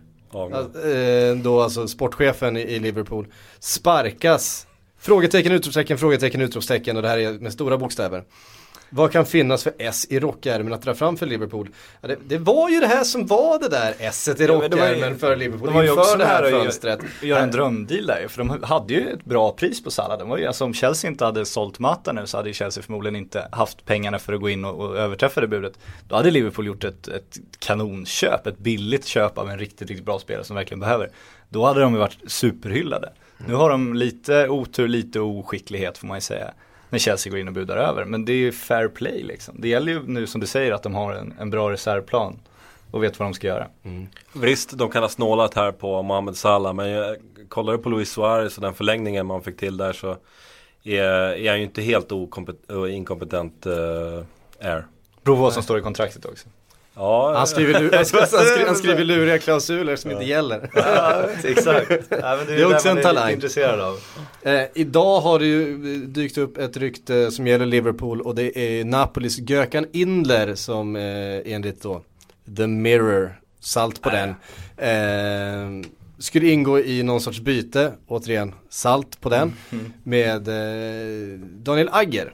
äh, då alltså sportchefen i, i Liverpool, sparkas? Frågetecken, utropstecken, frågetecken, utropstecken. Och det här är med stora bokstäver. Vad kan finnas för S i rockärmen att dra fram för Liverpool? Ja, det, det var ju det här som var det där S-et i rockärmen ja, för Liverpool. Det var ju också det här här fönstret. Göra en drömdeal där. För de hade ju ett bra pris på Salah. De var ju, alltså, om Chelsea inte hade sålt Mata nu, så hade Chelsea förmodligen inte haft pengarna för att gå in och, och överträffa det budet. Då hade Liverpool gjort ett, ett kanonköp. Ett billigt köp av en riktigt, riktigt bra spelare som verkligen behöver. Då hade de ju varit superhyllade. Mm. Nu har de lite otur, lite oskicklighet får man ju säga. när Chelsea går in och budar över. Men det är ju fair play liksom. Det gäller ju nu som du säger att de har en, en bra reservplan och vet vad de ska göra. Mm. Visst, de kan ha snålat här på Mohamed Salah, men jag kollar på Luis Suarez och den förlängningen man fick till där, så är, är han ju inte helt okompet- inkompetent uh, Air. Prova vad som står i kontraktet också. Ja, han, skriver, lu- han, skriver, han skriver luriga klausuler som ja. inte gäller. Ja, exakt. Ja, men det, är det är också en talang. Intresserad av. Eh, idag har det ju dykt upp ett rykte som gäller Liverpool, och det är Napolis Gökhan Inler som eh, enligt då The Mirror, salt på den, eh, skulle ingå i någon sorts byte, återigen salt på den, mm. med eh, Daniel Agger.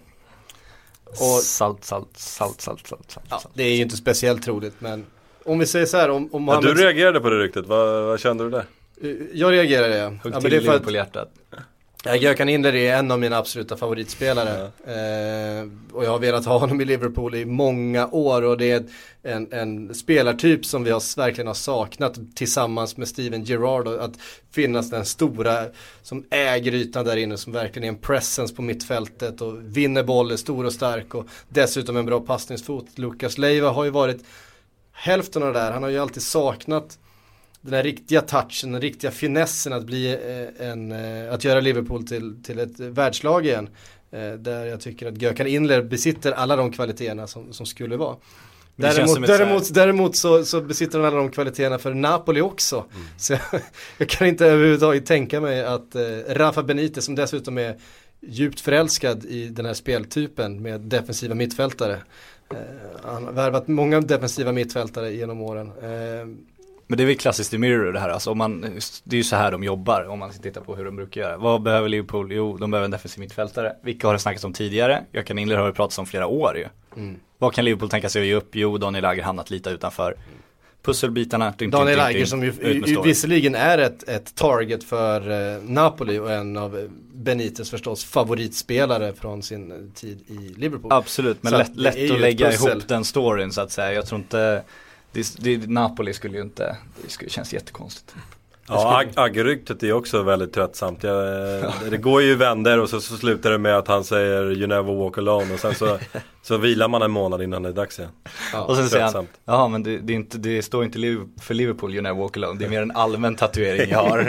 Och salt, salt, salt, salt, salt, salt. Ja, det är ju inte speciellt troligt, men om vi säger så här, om, om Mohamed... ja, du reagerade på det ryktet, vad, vad kände du där? Jag reagerade, ja. Hugg ja, till det är på hjärtat. Ja, Gökhan Inler är en av mina absoluta favoritspelare. Ja. Eh, och jag har velat ha honom i Liverpool i många år, och det är en, en spelartyp som vi har, verkligen har saknat tillsammans med Steven Gerrard, att finnas den stora som äger ytan där inne, som verkligen är en presence på mittfältet och vinner boll, är stor och stark och dessutom en bra passningsfot. Lucas Leiva har ju varit hälften av det där. Han har ju alltid saknat den här riktiga touchen, den riktiga finessen att bli en, att göra Liverpool till, till ett världslag igen. Där jag tycker att Gökhan Inler besitter alla de kvaliteterna som, som skulle vara. Däremot, däremot, så däremot så, så besitter han alla de kvaliteterna för Napoli också. Mm. Så jag, jag kan inte överhuvudtaget tänka mig att eh, Rafa Benitez, som dessutom är djupt förälskad i den här speltypen med defensiva mittfältare. Eh, han har värvat många defensiva mittfältare genom åren. Eh, Men det är väl klassiskt i Mirror det här, alltså om man, det är ju så här de jobbar om man tittar på hur de brukar göra. Vad behöver Liverpool? Jo, de behöver en defensiv mittfältare. Vilka har det snackats om tidigare? Gökhan Inler har det pratats om flera år ju. Mm. Vad kan Liverpool tänka sig att ge upp? Jo, Daniel Agger hamnat lite utanför pusselbitarna. Daniel Agger som ju visserligen är ett, ett target för eh, Napoli och en av Benitez förstås favoritspelare från sin tid i Liverpool. Absolut, men lätt, lätt att lägga ihop den storyn så att säga. Jag tror inte Det, det, Napoli skulle ju inte, det skulle kännas jättekonstigt. Ja, Aggerryktet är också väldigt tröttsamt. Jag, det går ju vänder och så, så slutar det med att han säger You never walk alone, och sen så, så vilar man en månad innan det är dags igen. Ja, och sen säger han, ja men det, det, är inte, det står inte för Liverpool You never walk alone, det är mer en allmän tatuering jag har.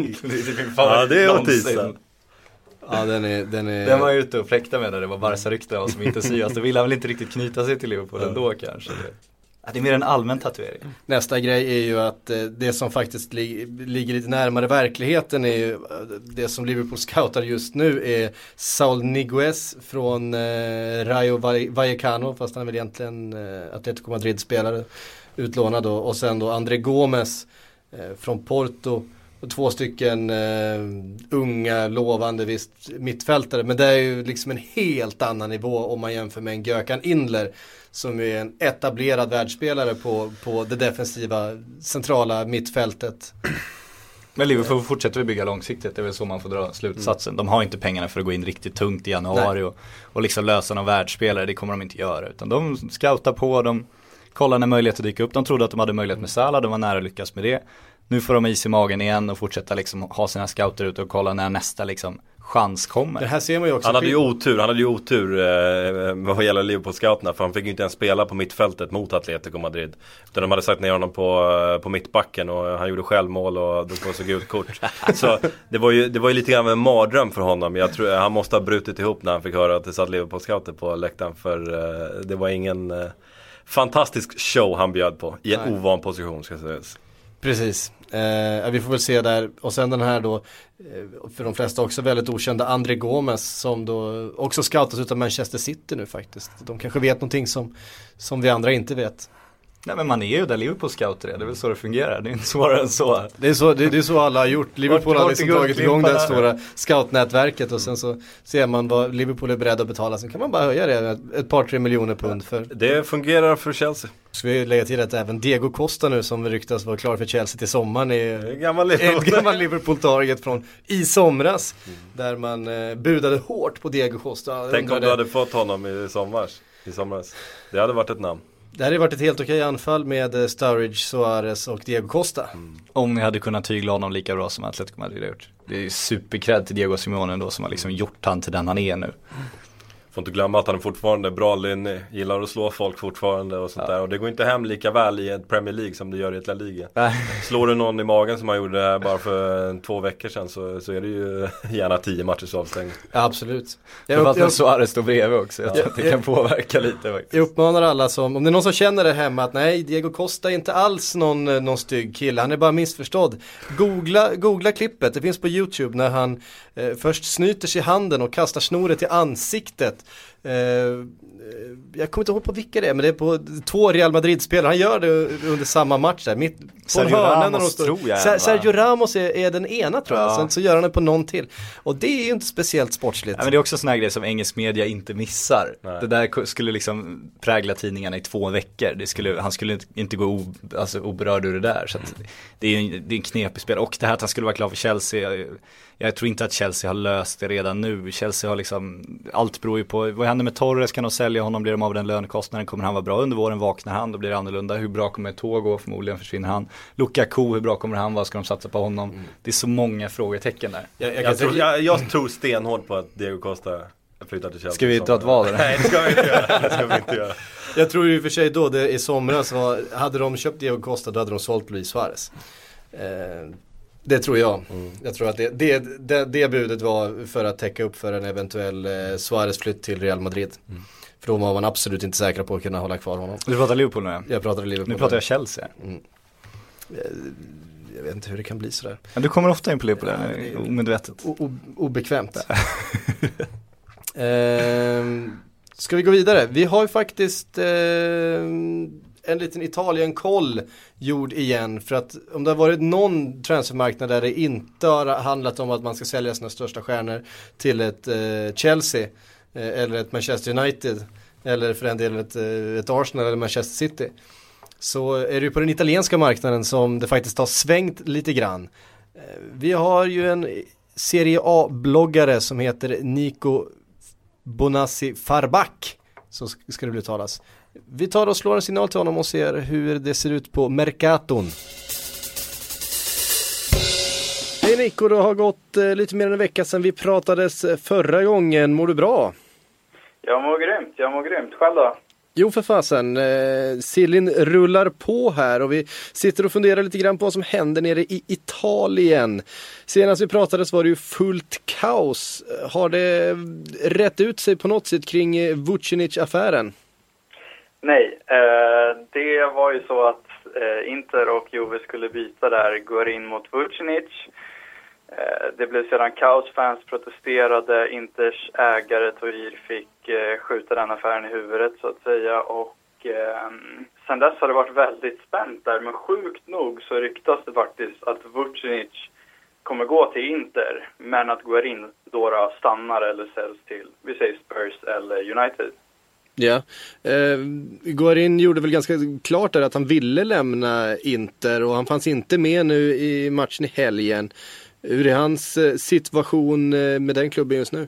Ja, det är otisa. Ja, den är, den är... Den var ute och fläkta med när det var Barca-rykten som inte syas. Det vill han väl inte riktigt knyta sig till Liverpool ändå kanske. Det är mer en allmän tatuering. Nästa grej är ju att eh, det som faktiskt li- ligger lite närmare verkligheten är ju, det som Liverpool scoutar just nu är Saul Niguez från eh, Rayo Vallecano, fast han är väl egentligen eh, Atletico Madrid-spelare utlånad då. Och sen då André Gomes eh, från Porto. Och två stycken eh, unga, lovande visst mittfältare. Men det är ju liksom en helt annan nivå om man jämför med en Gökhan Inler som är en etablerad världsspelare på, på det defensiva centrala mittfältet. Men Liverpool fortsätter att bygga långsiktigt, det är väl så man får dra slutsatsen. Mm. De har inte pengarna för att gå in riktigt tungt i januari och, och liksom lösa någon världsspelare, det kommer de inte göra. Utan de scoutar på, de kollar när möjligheter dyker upp. De trodde att de hade möjlighet med Salah, de var nära att lyckas med det. Nu får de is i magen igen och fortsätta liksom ha sina scouter ute och kolla när nästa liksom chans kommer. Det här ser man ju också. Han hade ju otur, han hade ju otur eh, vad gäller Liverpool-scouterna, för han fick ju inte ens spela på mittfältet mot Atletico Madrid. Utan de hade sagt ner honom på, på mittbacken och han gjorde självmål och drog på sig gult kort. Så det var ju, det var ju lite grann av en mardröm för honom. Jag tror han måste ha brutit ihop när han fick höra att det satt Liverpool-scouter på läktaren, för eh, det var ingen eh, fantastisk show han bjöd på i en Nej. ovan position, ska jag säga. Precis, eh, vi får väl se där. Och sen den här då, eh, för de flesta också väldigt okända André Gomes, som då också scoutas utav Manchester City nu faktiskt. De kanske vet någonting som, som vi andra inte vet. Nej, men man är ju där Liverpool scouter är, det är väl så det fungerar, det är inte svårare än så. Det är så, det, det är så alla har gjort. Liverpool har liksom tagit igång det stora scoutnätverket och sen så ser man vad Liverpool är beredd att betala, sen kan man bara höja det ett, ett par tre miljoner pund för. Det fungerar för Chelsea. Ska vi lägga till att även Diego Costa nu, som ryktas vara klar för Chelsea till sommaren, är en gammal Liverpool. gammal Liverpool-target från i somras, mm. där man eh, budade hårt på Diego Costa. Tänk om du hade fått honom i somras, i somras. Det hade varit ett namn. Det hade varit ett helt okej anfall med Sturridge, Suarez och Diego Costa. Mm. Om ni hade kunnat tygla honom lika bra som Atletico Madrid har gjort. Det är superkredd till Diego Simeone då, som har liksom gjort han till den han är nu. Får inte glömma att han är fortfarande bra linje, gillar att slå folk fortfarande och sånt ja. där. Och det går inte hem lika väl i ett Premier League som det gör i ett La Liga. Slår du någon i magen som han gjorde bara för två veckor sedan så, så är det ju gärna tio matchers avstängning. Ja, absolut. Jag fast med Suarez står bredvid också. Jag tror att det kan påverka lite faktiskt. Jag uppmanar alla som, om det är någon som känner det hemma att nej, Diego Costa är inte alls någon, någon stygg kille. Han är bara missförstådd. Googla, googla klippet. Det finns på YouTube när han eh, först snyter sig i handen och kastar snoret i ansiktet. Uh, jag kommer inte ihåg på vilka det är, men det är på två Real Madrid-spelare. Han gör det under samma match där. Mitt, på Sergio hörnen Ramos står, tror jag. Ser, Sergio Ramos är, är den ena tror jag. Ja. Sen så gör han det på någon till. Och det är ju inte speciellt sportsligt. Ja, men det är också såna grejer som engelsk media inte missar. Nej. Det där skulle liksom prägla tidningarna i två veckor. Det skulle, han skulle inte gå o, alltså, oberörd ur det där. Så att det är en, det är en knepig spel. Och det här att han skulle vara klar för Chelsea. Jag, jag tror inte att Chelsea har löst det redan nu. Chelsea har liksom, allt beror ju på vad händer med Torres, kan de sälja honom, blir de av den lönekostnaden, kommer han vara bra under våren, vaknar han, då blir det annorlunda. Hur bra kommer Eto'o gå, förmodligen försvinner han. Lukaku, hur bra kommer han vara, ska de satsa på honom? Mm. Det är så många frågetecken där. Jag, jag, jag, tror, jag, jag tror stenhårt på att Diego Costa flyttar till Chelsea. Ska vi ta ett val? Nej, det ska vi inte göra. Det ska vi inte göra. Jag tror ju för sig då, det i somras var, hade de köpt Diego Costa, då hade de sålt Luis Suarez. Eh, Det tror jag. Mm. Jag tror att det, det, det, det budet var för att täcka upp för en eventuell eh, Suarez-flytt till Real Madrid. Mm. För då var man absolut inte säkra på att kunna hålla kvar honom. Du pratar Liverpool nu? Jag pratar Liverpool. Nu pratar jag Chelsea. Mm. Jag, jag vet inte hur det kan bli sådär. Men du kommer ofta in på Liverpool, ja, det är omedvetet. O- o- obekvämt. eh, ska vi gå vidare? Vi har ju faktiskt eh, en liten Italien-koll gjord igen, för att om det har varit någon transfermarknad där det inte har handlat om att man ska sälja sina största stjärnor till ett eh, Chelsea eh, eller ett Manchester United eller för den delen ett, ett Arsenal eller Manchester City, så är det ju på den italienska marknaden som det faktiskt har svängt lite grann. Eh, vi har ju en Serie A-bloggare som heter Nico Bonassi Farback, så ska det bli talas. Vi tar och slår en signal till honom och ser hur det ser ut på Mercaton. Hej Nico, det har gått eh, lite mer än en vecka sedan vi pratades förra gången. Mår du bra? Jag mår grymt, jag mår grymt. Själv då? Jo för fasen, eh, sillen rullar på här och vi sitter och funderar lite grann på vad som händer nere i Italien. Senast vi pratades var det ju fullt kaos. Har det rätt ut sig på något sätt kring eh, Vucinic-affären? Nej, eh, det var ju så att eh, Inter och Juve skulle byta där, går in mot Vucinic. Eh, det blev sedan kaos, fans protesterade, Inters ägare Toir fick eh, skjuta den affären i huvudet så att säga. Och eh, sen dess har det varit väldigt spänt där, men sjukt nog så ryktas det faktiskt att Vucinic kommer gå till Inter, men att Guarin då stannar eller säljs till, vi säger Spurs eller United. Ja, eh, Guarin gjorde väl ganska klart där att han ville lämna Inter och han fanns inte med nu i matchen i helgen. Hur är hans eh, situation eh, med den klubben just nu?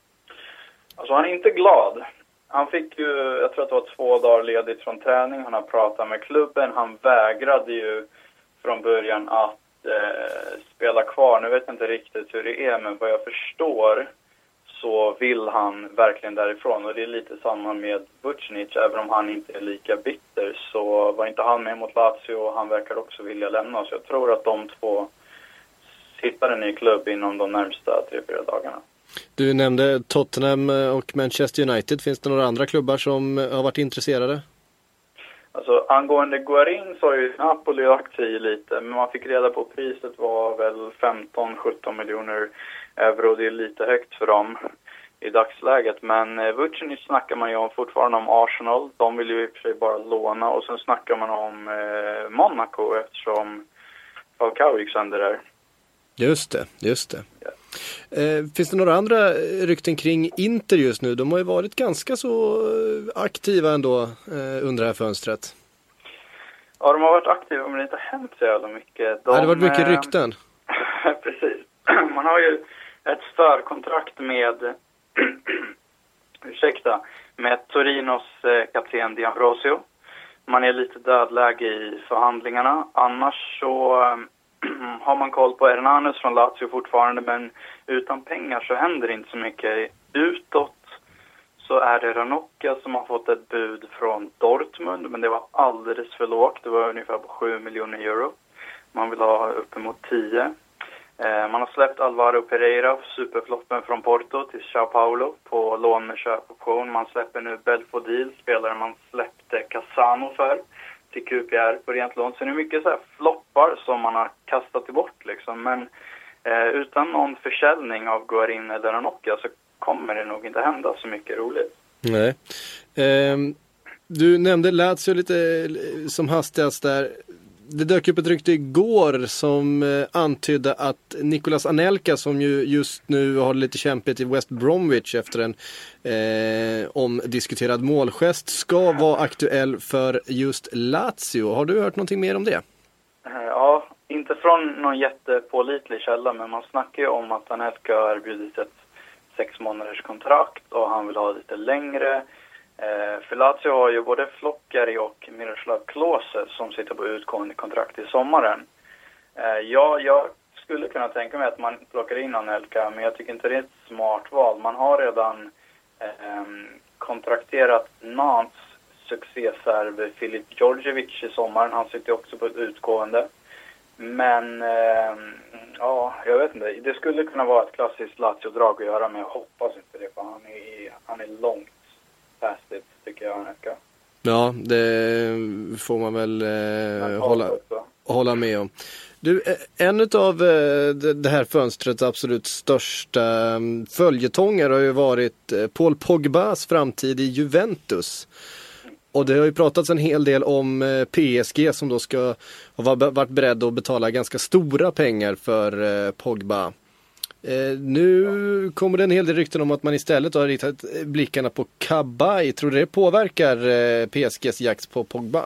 Alltså han är inte glad. Han fick ju, jag tror att det var två dagar ledigt från träning. Han har pratat med klubben. Han vägrade ju från början att eh, spela kvar. Nu vet jag inte riktigt hur det är, men vad jag förstår så vill han verkligen därifrån. Och det är lite samma med Vucinic. Även om han inte är lika bitter så var inte han med mot Lazio och han verkar också vilja lämna. Så jag tror att de två hittar en ny klubb inom de närmsta tre, fyra dagarna. Du nämnde Tottenham och Manchester United. Finns det några andra klubbar som har varit intresserade? Alltså angående Guarin så har ju Napoli lagt sig lite. Men man fick reda på priset var väl femton till sjutton miljoner euro. Det är lite högt för dem i dagsläget. Men eh, Vucinic snackar man ju om fortfarande om Arsenal. De vill ju i och för sig bara låna. Och sen snackar man om eh, Monaco eftersom Falcao gick sönder där. Just det, just det. Ja. Eh, finns det några andra rykten kring Inter just nu? De har ju varit ganska så aktiva ändå eh, under det här fönstret. Ja, de har varit aktiva men det inte har hänt så jävla mycket. De, ja, det har varit mycket rykten. Eh, precis. Man har ju ett förkontrakt med ursäkta, med Torinos eh, kapten Di Ambrosio. Man är lite dödläge i förhandlingarna. Annars så eh, har man koll på Hernanes från Lazio fortfarande, men utan pengar så händer det inte så mycket. Utåt så så är det Ranocchia som har fått ett bud från Dortmund, men det var alldeles för lågt. Det var ungefär på sju miljoner euro. Man vill ha uppemot tio. Eh, man har släppt Alvaro Pereira, superfloppen från Porto, till Sao Paulo på lån med köpoption. Man släpper nu Belfodil, spelare man släppte Casano för, till Q P R på rent lån. Så det är mycket så här floppar som man har kastat bort liksom. Men eh, utan någon försäljning av Guarin eller Ranocchia så kommer det nog inte hända så mycket roligt. Nej. Eh, du nämnde Lazio lite som hastigast där. Det dök upp ett rykte igår som eh, antydde att Nicolas Anelka, som ju just nu har lite kämpigt i West Bromwich efter en eh, omdiskuterad målgest, ska vara aktuell för just Lazio. Har du hört någonting mer om det? Ja, inte från någon jättepålitlig källa, men man snackar ju om att Anelka har erbjudit ett sex månaders kontrakt och han vill ha lite längre. För Lazio har ju både Floccari och Miroslav Klose som sitter på utgående kontrakt i sommaren. Ja, jag skulle kunna tänka mig att man plockar in Anelka, men jag tycker inte det är ett smart val. Man har redan eh, kontrakterat Nantes succéserv Filip Djordjevic i sommaren. Han sitter också på ett utgående. Men eh, ja, jag vet inte. Det skulle kunna vara ett klassiskt Lazio-drag att göra, men jag hoppas inte det, för han är, han är långt fast, tycker jag, Anelka. Ja, det får man väl eh, hålla, hålla med om. Du, en av det här fönstrets absolut största följetonger har ju varit Paul Pogbas framtid i Juventus. Och det har ju pratats en hel del om P S G som då ska ha varit beredd att betala ganska stora pengar för Pogba. Eh, nu kommer det en hel del rykten om att man istället har riktat blickarna på Kabay. Tror du det påverkar eh, P S G:s jakt på Pogba?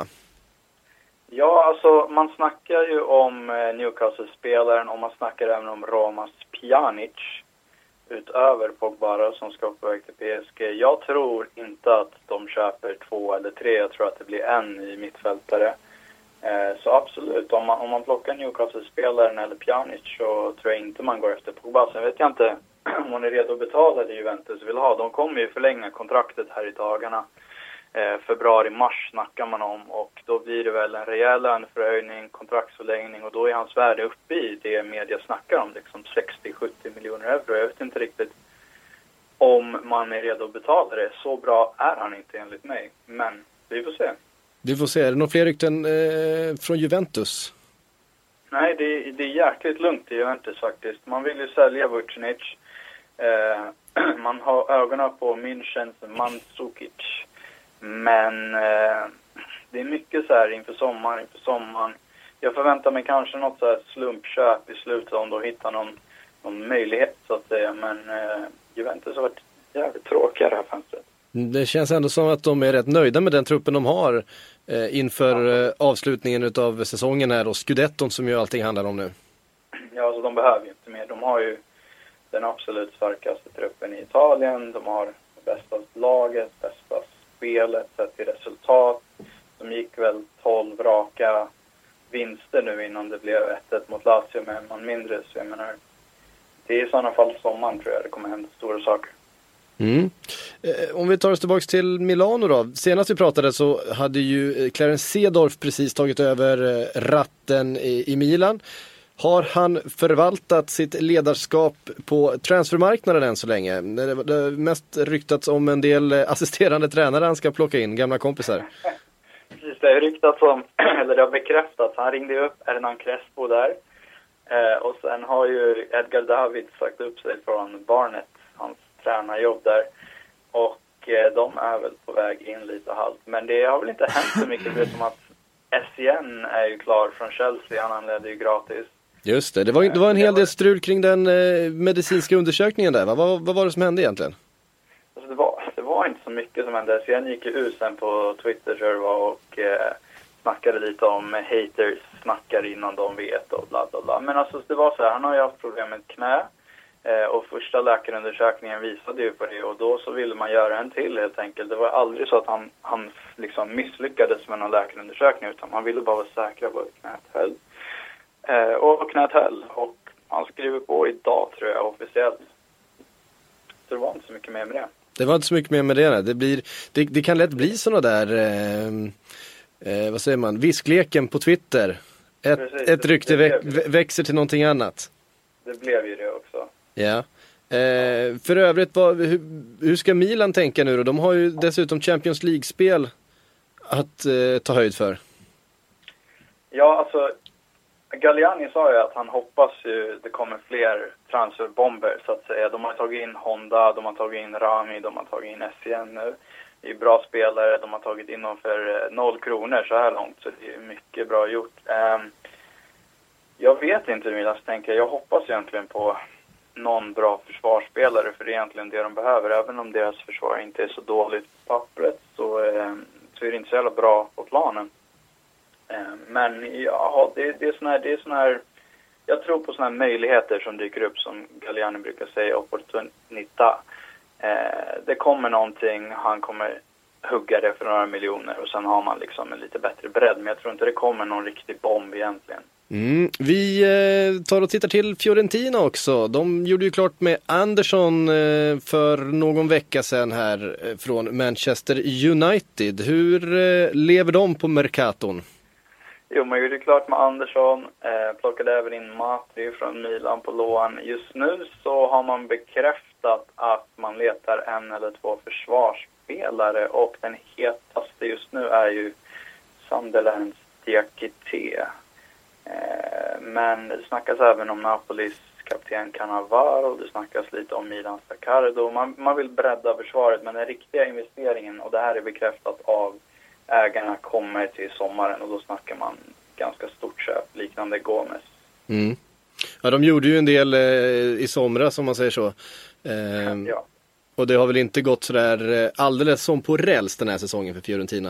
Ja, alltså man snackar ju om eh, Newcastle-spelaren och man snackar även om Romas Pjanic utöver Pogba som ska på väg till P S G. Jag tror inte att de köper två eller tre. Jag tror att det blir en i mittfältare. Så absolut, om man, om man plockar Newcastle-spelaren eller Pjanic så tror jag inte man går efter Pogba. Sen vet jag inte om man är redo att betala det Juventus vill ha. De kommer ju förlänga kontraktet här i dagarna. Eh, februari-mars snackar man om, och då blir det väl en rejäl löneförhöjning, kontraktsförlängning, och då är hans värde uppe i det media snackar om, liksom sextio till sjuttio miljoner euro. Jag vet inte riktigt om man är redo att betala det. Så bra är han inte enligt mig, men vi får se. Du får se, är det några fler rykten eh, från Juventus? Nej, det, det är jäkligt lugnt i Juventus faktiskt. Man vill ju sälja Vucinic. Eh, man har ögonen på Münchens Mandzukic. Men eh, det är mycket så här inför sommaren, inför sommaren. Jag förväntar mig kanske något så här slumpköp i slutet om de hittar någon, någon möjlighet så att säga. Men eh, Juventus har varit jävligt tråkiga det här fönstret. Det känns ändå som att de är rätt nöjda med den truppen de har eh, inför ja. eh, avslutningen av säsongen här och Scudetton som ju allting handlar om nu. Ja, alltså de behöver ju inte mer. De har ju den absolut starkaste truppen i Italien. De har bästa laget, bästa spelet sett till resultat. De gick väl tolv raka vinster nu innan det blev ett ett mot Lazio med man mindre. Så jag menar, det är i sådana fall sommaren tror jag det kommer hända stora saker. Mm. Eh, om vi tar oss tillbaka till Milano då. Senast vi pratade så hade ju Clarence Seedorf precis tagit över eh, ratten i, i Milan. Har han förvaltat sitt ledarskap på transfermarknaden än så länge? Det har mest ryktats om en del assisterande tränare han ska plocka in, gamla kompisar. Precis, det har ryktats om, eller det har bekräftats. Han ringde upp Hernan Crespo där. Eh, och sen har ju Edgar David sagt upp sig från Barnet, hans tränarjobb där. Och eh, de är väl på väg in lite halvt. Men det har väl inte hänt så mycket. Det är som att S C N är ju klar från Chelsea, han anledde ju gratis. Just det, det var, det var en hel del strul kring den eh, medicinska undersökningen där. Va? Vad, vad var det som hände egentligen? Alltså det, var, det var inte så mycket som hände. Så jag gick ju ut sen på Twitter så och eh, snackade lite om haters snackar innan de vet och bla bla bla. Men alltså det var så här, han har ju haft problem med ett knä. Eh, och första läkarundersökningen visade ju på det. Och då så ville man göra en till helt enkelt. Det var aldrig så att han, han liksom misslyckades med någon läkarundersökning. Utan man ville bara vara säker på att knät höll. Eh, och knät höll. Och han skriver på idag tror jag officiellt. Så det var inte så mycket mer med det. Det var inte så mycket mer med det. Det, blir, det, det kan lätt bli såna där, eh, eh, vad säger man, viskleken på Twitter. Ett, Precis, ett rykte det, det vä- växer till någonting annat. Det blev ju det också. Ja. Eh, för övrigt, vad, hur, hur ska Milan tänka nu då? De har ju dessutom Champions League-spel att eh, ta höjd för. Ja, alltså Galliani sa ju att han hoppas ju det kommer fler transferbomber så att säga. De har tagit in Honda, de har tagit in Rami, de har tagit in S C N nu. Det är bra spelare, de har tagit in dem för noll kronor så här långt, så det är mycket bra gjort. Um, jag vet inte hur jag tänker, jag hoppas egentligen på någon bra försvarsspelare, för det är egentligen det de behöver. Även om deras försvar inte är så dåligt på pappret så, um, så är det inte så jävla bra på planen. Men ja, det, det är sån här, det är sån här, jag tror på såna här möjligheter som dyker upp, som Galliani brukar säga, opportunita. Eh, det kommer någonting, han kommer hugga det för några miljoner och sen har man liksom en lite bättre bredd. Men jag tror inte det kommer någon riktig bomb egentligen. Mm. Vi eh, tar och tittar till Fiorentina också. De gjorde ju klart med Andersson eh, för någon vecka sedan här eh, från Manchester United. Hur eh, lever de på Mercaton? Jo, man gjorde klart med Andersson, eh, plockade även in Matri från Milan på lån. Just nu så har man bekräftat att man letar en eller två försvarsspelare, och den hetaste just nu är ju Sunderlands Diakité. Eh, men det snackas även om Napolis kapten Cannavaro, det snackas lite om Milans Staccardo. Man, man vill bredda försvaret, men den riktiga investeringen, och det här är bekräftat av ägarna, kommer till sommaren, och då snackar man ganska stort köp liknande Gomez. Mm. Ja, de gjorde ju en del eh, i somras, som man säger så. Eh, ja. Och det har väl inte gått så där eh, alldeles som på räls den här säsongen för Fiorentina.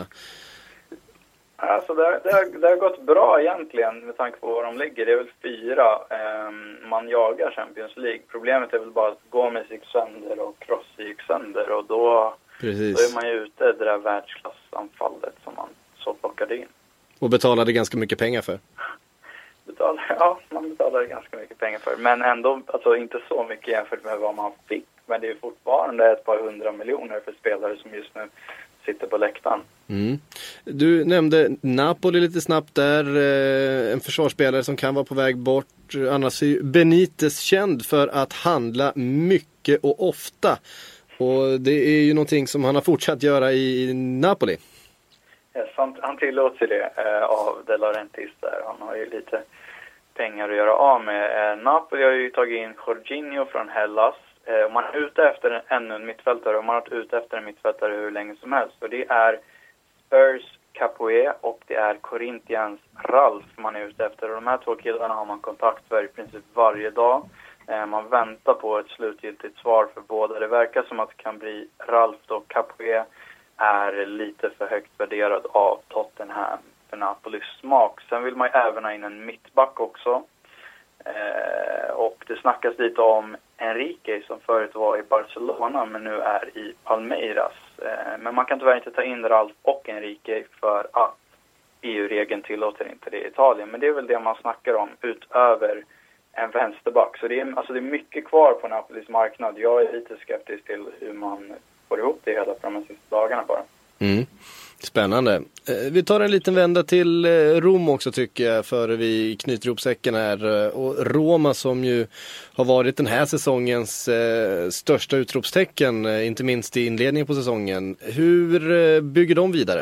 Alltså det, det, har, det har gått bra egentligen med tanke på var de ligger. Det är väl fyra. Eh, man jagar Champions League. Problemet är väl bara att Gomez gick sönder och Crossi gick sönder, och då, då är man ju ute i det där världsklassanfallet som man så plockade in. Och betalade ganska mycket pengar för. Betalade, ja, man betalade ganska mycket pengar för. Men ändå, alltså inte så mycket jämfört med vad man fick. Men det är fortfarande ett par hundra miljoner för spelare som just nu sitter på läktaren. Mm. Du nämnde Napoli lite snabbt där, eh, en försvarsspelare som kan vara på väg bort. Annars är ju Benitez känd för att handla mycket och ofta. Och det är ju någonting som han har fortsatt göra i Napoli. Yes, han, han tillåts ju det eh, av De Laurentiis där. Han har ju lite pengar att göra av med. Eh, Napoli har ju tagit in Jorginho från Hellas. Eh, man är ute efter en, ännu en mittfältare, och man har varit ute efter en mittfältare hur länge som helst. För det är Spurs Capoe och det är Corinthians Ralf man är ute efter. Och de här två killarna har man kontakt för i princip varje dag. Eh, man väntar på ett slutgiltigt svar för båda. Det verkar som att det kan bli Ralf, och Capoe är lite för högt värderad av Tottenham för Napolis smak. Sen vill man ju även ha in en mittback också. Eh, och det snackas lite om Enrique som förut var i Barcelona men nu är i Palmeiras. Eh, men man kan tyvärr inte ta in Ralf och Enrique för att E U-regeln tillåter inte det i Italien. Men det är väl det man snackar om utöver en vänsterback. Så det är, alltså det är mycket kvar på Napolis marknad. Jag är lite skeptisk till hur man får ihop det hela för de sista dagarna bara. Mm. Spännande. Eh, vi tar en liten vända till eh, Rom också tycker jag, före vi knyter ihop säcken här. Eh, och Roma som ju har varit den här säsongens eh, största utropstecken, eh, inte minst i inledningen på säsongen. Hur eh, bygger de vidare?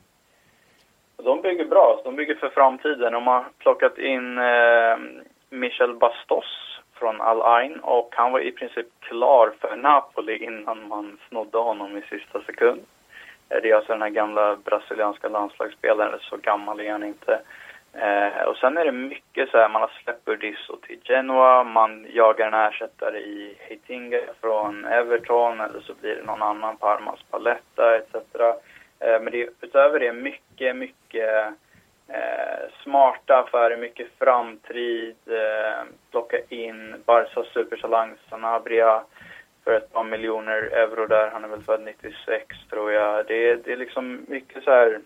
De bygger bra, de bygger för framtiden. De har plockat in eh, Michel Bastos från Al Ain, och han var i princip klar för Napoli innan man snodde honom i sista sekund. Det är alltså den här gamla brasilianska landslagsspelaren, så gammal är han inte. Eh, och sen är det mycket så här, man har släppt Burdisso till Genoa, man jagar en ersättare i Heitinga från Everton, eller så blir det någon annan, Parmas Paletta et cetera. Eh, men det, utöver det är mycket, mycket eh, smarta affärer, mycket framtid, eh, plocka in Barças supertalang Sanabria för ett par miljoner euro där. Han är väl född nittiosex tror jag. Det är, det är liksom mycket så här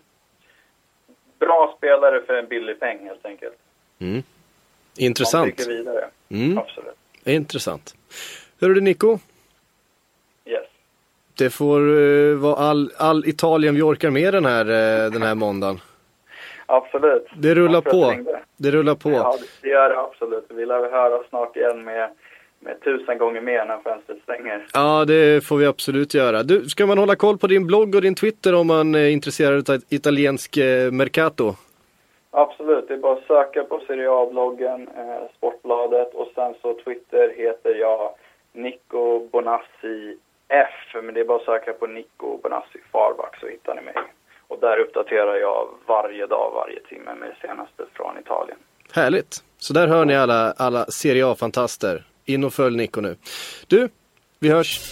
bra spelare för en billig peng helt enkelt. Mm. Intressant. De bygger vidare. Mm. Absolut. Intressant. Hör du Nico? Yes. Det får uh, vara all, all Italien vi orkar med den här, uh, den här måndagen. Absolut. Det rullar på. Det rullar på. Ja, det gör det absolut. Vi lär höra snart igen med, med tusen gånger mer när fönstret stänger. Ja, det får vi absolut göra. Du, ska man hålla koll på din blogg och din Twitter om man är intresserad av italiensk eh, mercato? Absolut, det är bara att söka på Serie A-bloggen, eh, Sportbladet, och sen så Twitter heter jag Nico Bonassi F, men det är bara att söka på Nico Bonassi Farback så hittar ni mig. Och där uppdaterar jag varje dag, varje timme med det senaste från Italien. Härligt. Så där hör ni alla, alla Serie A-fantaster. In och följ Nico nu. Du, vi hörs.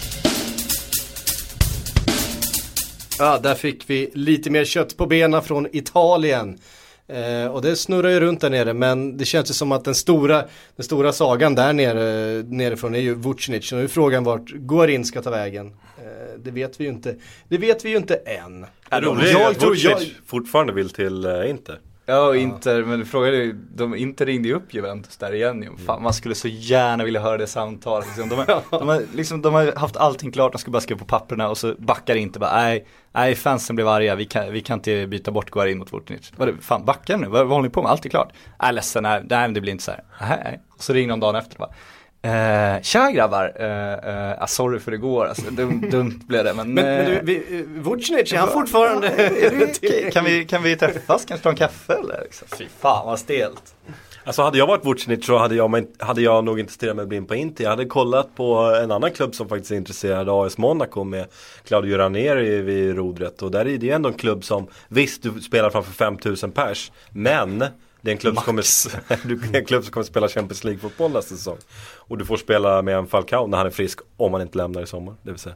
Ja, där fick vi lite mer kött på benen från Italien. Eh, och det snurrar ju runt där nere, men det känns ju som att den stora, den stora sagan där nere, nerifrån är ju Vucinic. Och nu är frågan vart Guarin ska ta vägen. Eh, det vet vi ju inte. Det vet vi ju inte än. Är det jag tror jag fortfarande vill till uh, Inter. Ja, och Inter, men frågan är, de Inter ringde ju upp Juventus där igen. Ju. Fan, man skulle så gärna vilja höra det samtalet. Liksom. De, har, de, har, liksom, de har haft allting klart, de ska bara skriva på papperna och så backar inte bara, nej, nej, fansen blev arga, vi kan, vi kan inte byta bort Guarin mot Vucinic. Vad fan, backar nu? Vad, vad håller ni på med? Allt är klart. Nej, ledsen, nej, nej, det blir inte så här. Nej, nej. Och så ringer de dagen efter bara. Eh, tja grabbar, eh, eh, ah, sorry för igår, alltså, dum, dumt blev det. Men, men, eh, men du, vi, Vucinic, är han fortfarande... kan, vi, kan vi träffas, kanske ta en kaffe eller? Liksom. Fy fan vad stelt. Alltså hade jag varit Vucinic så hade jag, hade jag nog inte stirrat mig blind på Inter. Jag hade kollat på en annan klubb som faktiskt är intresserad, A S Monaco med Claudio Ranieri vid rodret. Och där är det ändå en klubb som, visst du spelar framför fem tusen pers, men... Det är en klubb, som kommer, det är en klubb som kommer spela Champions League-fotboll nästa säsong. Och du får spela med en Falcao när han är frisk, om han inte lämnar i sommar, det vill säga.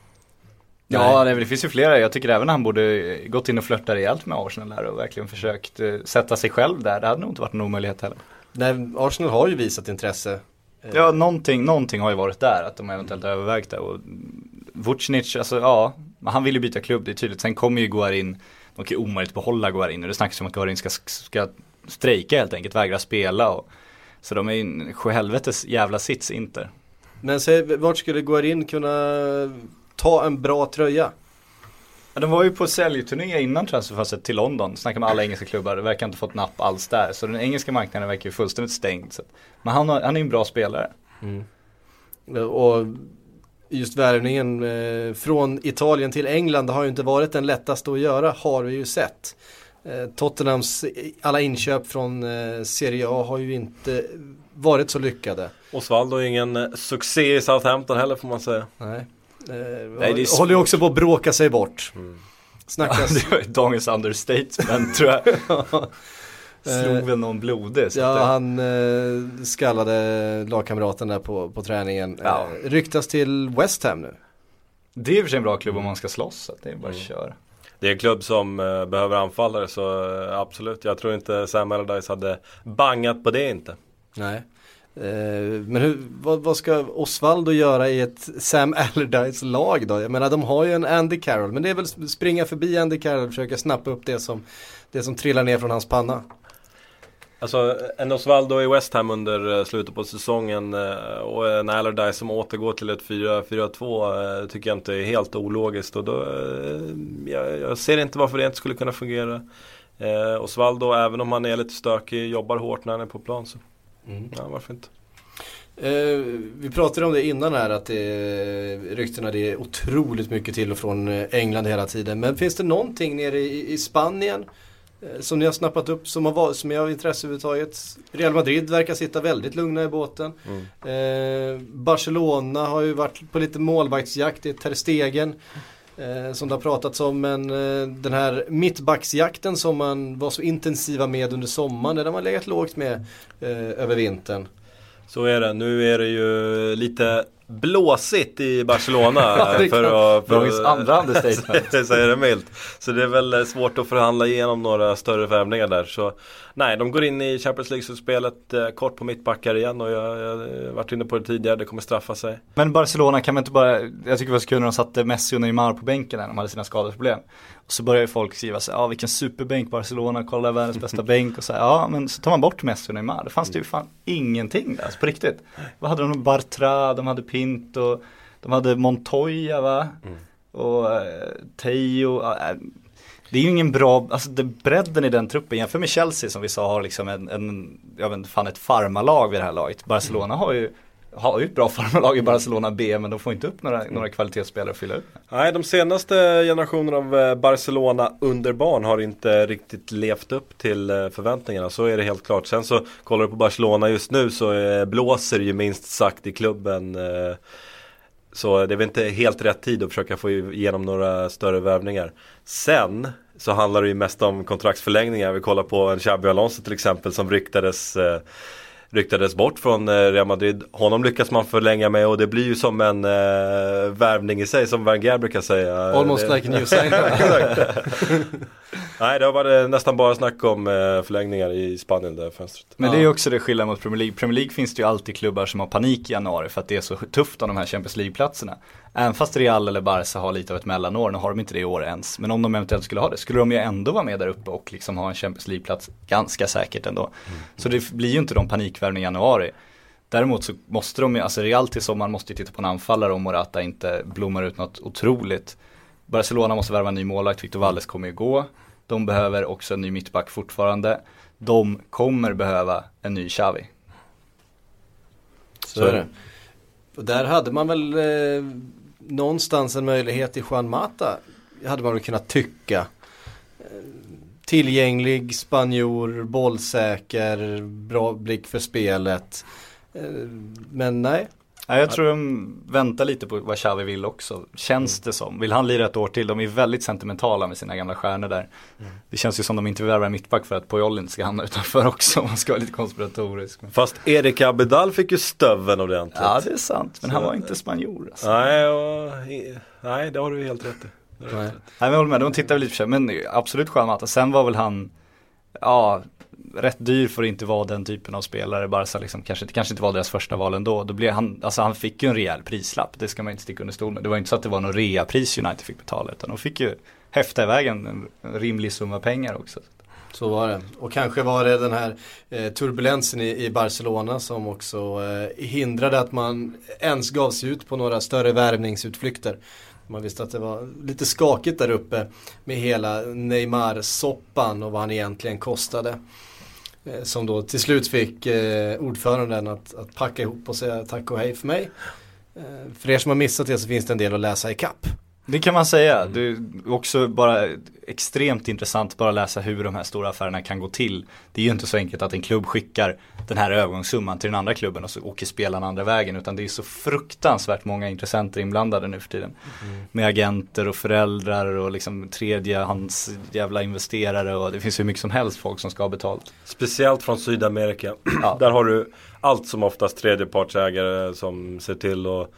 Ja, det, det finns ju flera. Jag tycker även han borde gått in och flörta rejält med Arsenal här och verkligen försökt uh, sätta sig själv där. Det hade nog inte varit en omöjlighet heller. Nej, Arsenal har ju visat intresse. Ja, någonting, någonting har ju varit där, att de eventuellt har övervägt det. Och Vucinic, alltså ja, han vill ju byta klubb, det är tydligt. Sen kommer ju Guarin, de kan ju omöjligt behålla Guarin. Och det snackas om att Guarin ska, ska strejka helt enkelt, vägra spela. Och, så de är ju en sjuhelvetes jävla sits Inter. Men så, vart skulle Guarin kunna ta en bra tröja? Ja, de var ju på säljturné innan transferfönstret till London. Snackade med alla engelska klubbar. Det verkar inte fått napp alls där. Så den engelska marknaden verkar ju fullständigt stängd. Så. Men han, har, han är ju en bra spelare. Mm. Och just värvningen eh, från Italien till England har ju inte varit den lättaste att göra, har vi ju sett. Eh, Tottenhams alla inköp från eh, Serie A har ju inte varit så lyckade. Osvaldo är ingen succé i Southampton heller, får man säga. Nej. Eh, Nej, det håller ju också på att bråka sig bort. Mm. Snackas. Ja, det var dagens understatement tror jag. Slog väl någon blodig. Ja, det... han eh, skallade lagkamraten där på, på träningen. Ja. Eh, ryktas till West Ham nu. Det är för sig en bra klubb om man ska slåss. Så det är bara att mm. köra. Det är en klubb som eh, behöver anfallare, så eh, absolut. Jag tror inte Sam Allardyce hade bangat på det inte. Nej. Men hur, vad, vad ska Osvaldo göra i ett Sam Allardyce-lag då? Jag menar, de har ju en Andy Carroll, men det är väl springa förbi Andy Carroll och försöka snappa upp det som, det som trillar ner från hans panna. Alltså en Osvaldo i West Ham under slutet på säsongen och en Allardyce som återgår till ett fyra fyra två tycker jag inte är helt ologiskt, och då, jag, jag ser inte varför det inte skulle kunna fungera. eh, Osvaldo, även om han är lite stökig, jobbar hårt när han är på plan, så Mm. ja, varför inte? Eh, vi pratade om det innan här, att det, ryktena det är otroligt mycket till och från England hela tiden. Men finns det någonting nere i, i Spanien eh, som ni har snappat upp som, har, som är av intresse överhuvudtaget? Real Madrid verkar sitta väldigt lugna i båten. Mm. Eh, Barcelona har ju varit på lite målvaktsjakt i Ter Stegen. Eh, som det har pratats om, men eh, den här mittbacksjakten som man var så intensiva med under sommaren, den har man legat lågt med eh, över vintern. Så är det, nu är det ju lite blåsigt i Barcelona ja, för att för andra understatement. Så är det milt. Så det är väl svårt att förhandla igenom några större värvningar där. Så nej, de går in i Champions League-spelet eh, kort på mittbackar igen, och jag har varit inne på det tidigare, det kommer straffa sig. Men Barcelona kan man inte bara, jag tycker det var så kul när de satte Messi och Neymar på bänken när de hade sina skadeproblem. Och så börjar ju folk skriva så ja, vilken superbänk Barcelona, kolla världens bästa bänk, och så här, ja, men så tar man bort Messi och Neymar, det fanns det ju fan ingenting där, alltså på riktigt. Vad hade de? Bartra, de hade Pinto, De hade Montoya va? Mm. Och eh, Teo. Eh, det är ju ingen bra, alltså det, bredden i den truppen jämfört med Chelsea som vi sa har liksom en, en jag vet inte, fan ett farmalag vid det här laget. Barcelona mm. har ju har ju ett bra farmalag i Barcelona B, men de får inte upp några, mm. några kvalitetsspelare att fylla upp. Nej, de senaste generationerna av Barcelona under barn har inte riktigt levt upp till förväntningarna, så är det helt klart. Sen så kollar du på Barcelona just nu så blåser ju minst sagt i klubben. Så det är väl inte helt rätt tid att försöka få igenom några större värvningar. Sen så handlar det ju mest om kontraktsförlängningar. Vi kollar på en Xabi Alonso till exempel som ryktades ryktades bort från Real Madrid. Honom lyckas man förlänga med och det blir ju som en eh, värvning i sig, som Van Gaal brukar säga. Almost det... like a new sign. Nej, det har varit nästan bara snack om eh, förlängningar i Spanien där fönstret. Men ja. Det är ju också det skillnad mot Premier League. Premier League finns det ju alltid klubbar som har panik i januari för att det är så tufft om de här Champions League-platserna. Även fast Real eller Barca har lite av ett mellanår, nu har de inte det i år ens. Men om de eventuellt skulle ha det, skulle de ju ändå vara med där uppe och liksom ha en Champions League-plats ganska säkert ändå. Mm. Så det blir ju inte de panikvärvningar i januari. Däremot så måste de ju, alltså Real till sommaren måste ju titta på en anfallare om Morata inte blommar ut något otroligt. Barcelona måste värva en ny målvakt, Victor Valles kommer ju gå. De behöver också en ny mittback fortfarande. De kommer behöva en ny Xavi. Så, så är det. Och där hade man väl eh, någonstans en möjlighet i Juan Mata. Hade man väl kunnat tycka. Eh, tillgänglig, spanjor, bollsäker, bra blick för spelet. Eh, men nej. Ja, jag tror de väntar lite på vad Xavi vill också. Känns det som. Vill han lira ett år till? De är väldigt sentimentala med sina gamla stjärnor där. Mm. Det känns ju som de inte vill värva mittback för att Puyol inte ska hamna utanför också. Man ska vara lite konspiratorisk. Fast Erik Abidal fick ju stöven ordentligt. Ja, det är sant. Men så, han var inte spanjor. Alltså. Nej, och, nej, det har du helt rätt i. Nej. nej, men jag håller med. De tittar väl lite för sig. Men absolut Juan Mata. Sen var väl han... Ja... rätt dyr för att inte vara den typen av spelare. Bara så liksom, kanske, kanske inte var deras första val ändå. Då blev han, alltså han fick ju en rejäl prislapp. Det ska man inte sticka under stol med. Det var inte så att det var någon rea-pris United fick betala. Utan de fick ju häfta iväg en, en rimlig summa pengar också. Så var det. Och kanske var det den här eh, turbulensen i, i Barcelona som också eh, hindrade att man ens gav sig ut på några större värvningsutflykter. Man visste att det var lite skakigt där uppe med hela Neymar-soppan och vad han egentligen kostade. Som då till slut fick eh, ordföranden att, att packa ihop och säga tack och hej för mig. Eh, för er som har missat det så finns det en del att läsa i kapp. Det kan man säga. Det är också bara extremt intressant bara läsa hur de här stora affärerna kan gå till. Det är ju inte så enkelt att en klubb skickar den här övergångssumman till den andra klubben och så åker spelarna andra vägen, utan det är så fruktansvärt många intressenter inblandade nu för tiden. Mm. Med agenter och föräldrar och liksom tredje hans jävla investerare, och det finns ju mycket som helst folk som ska ha betalt. Speciellt från Sydamerika. Ja. Där har du allt som oftast tredjepartsägare som ser till att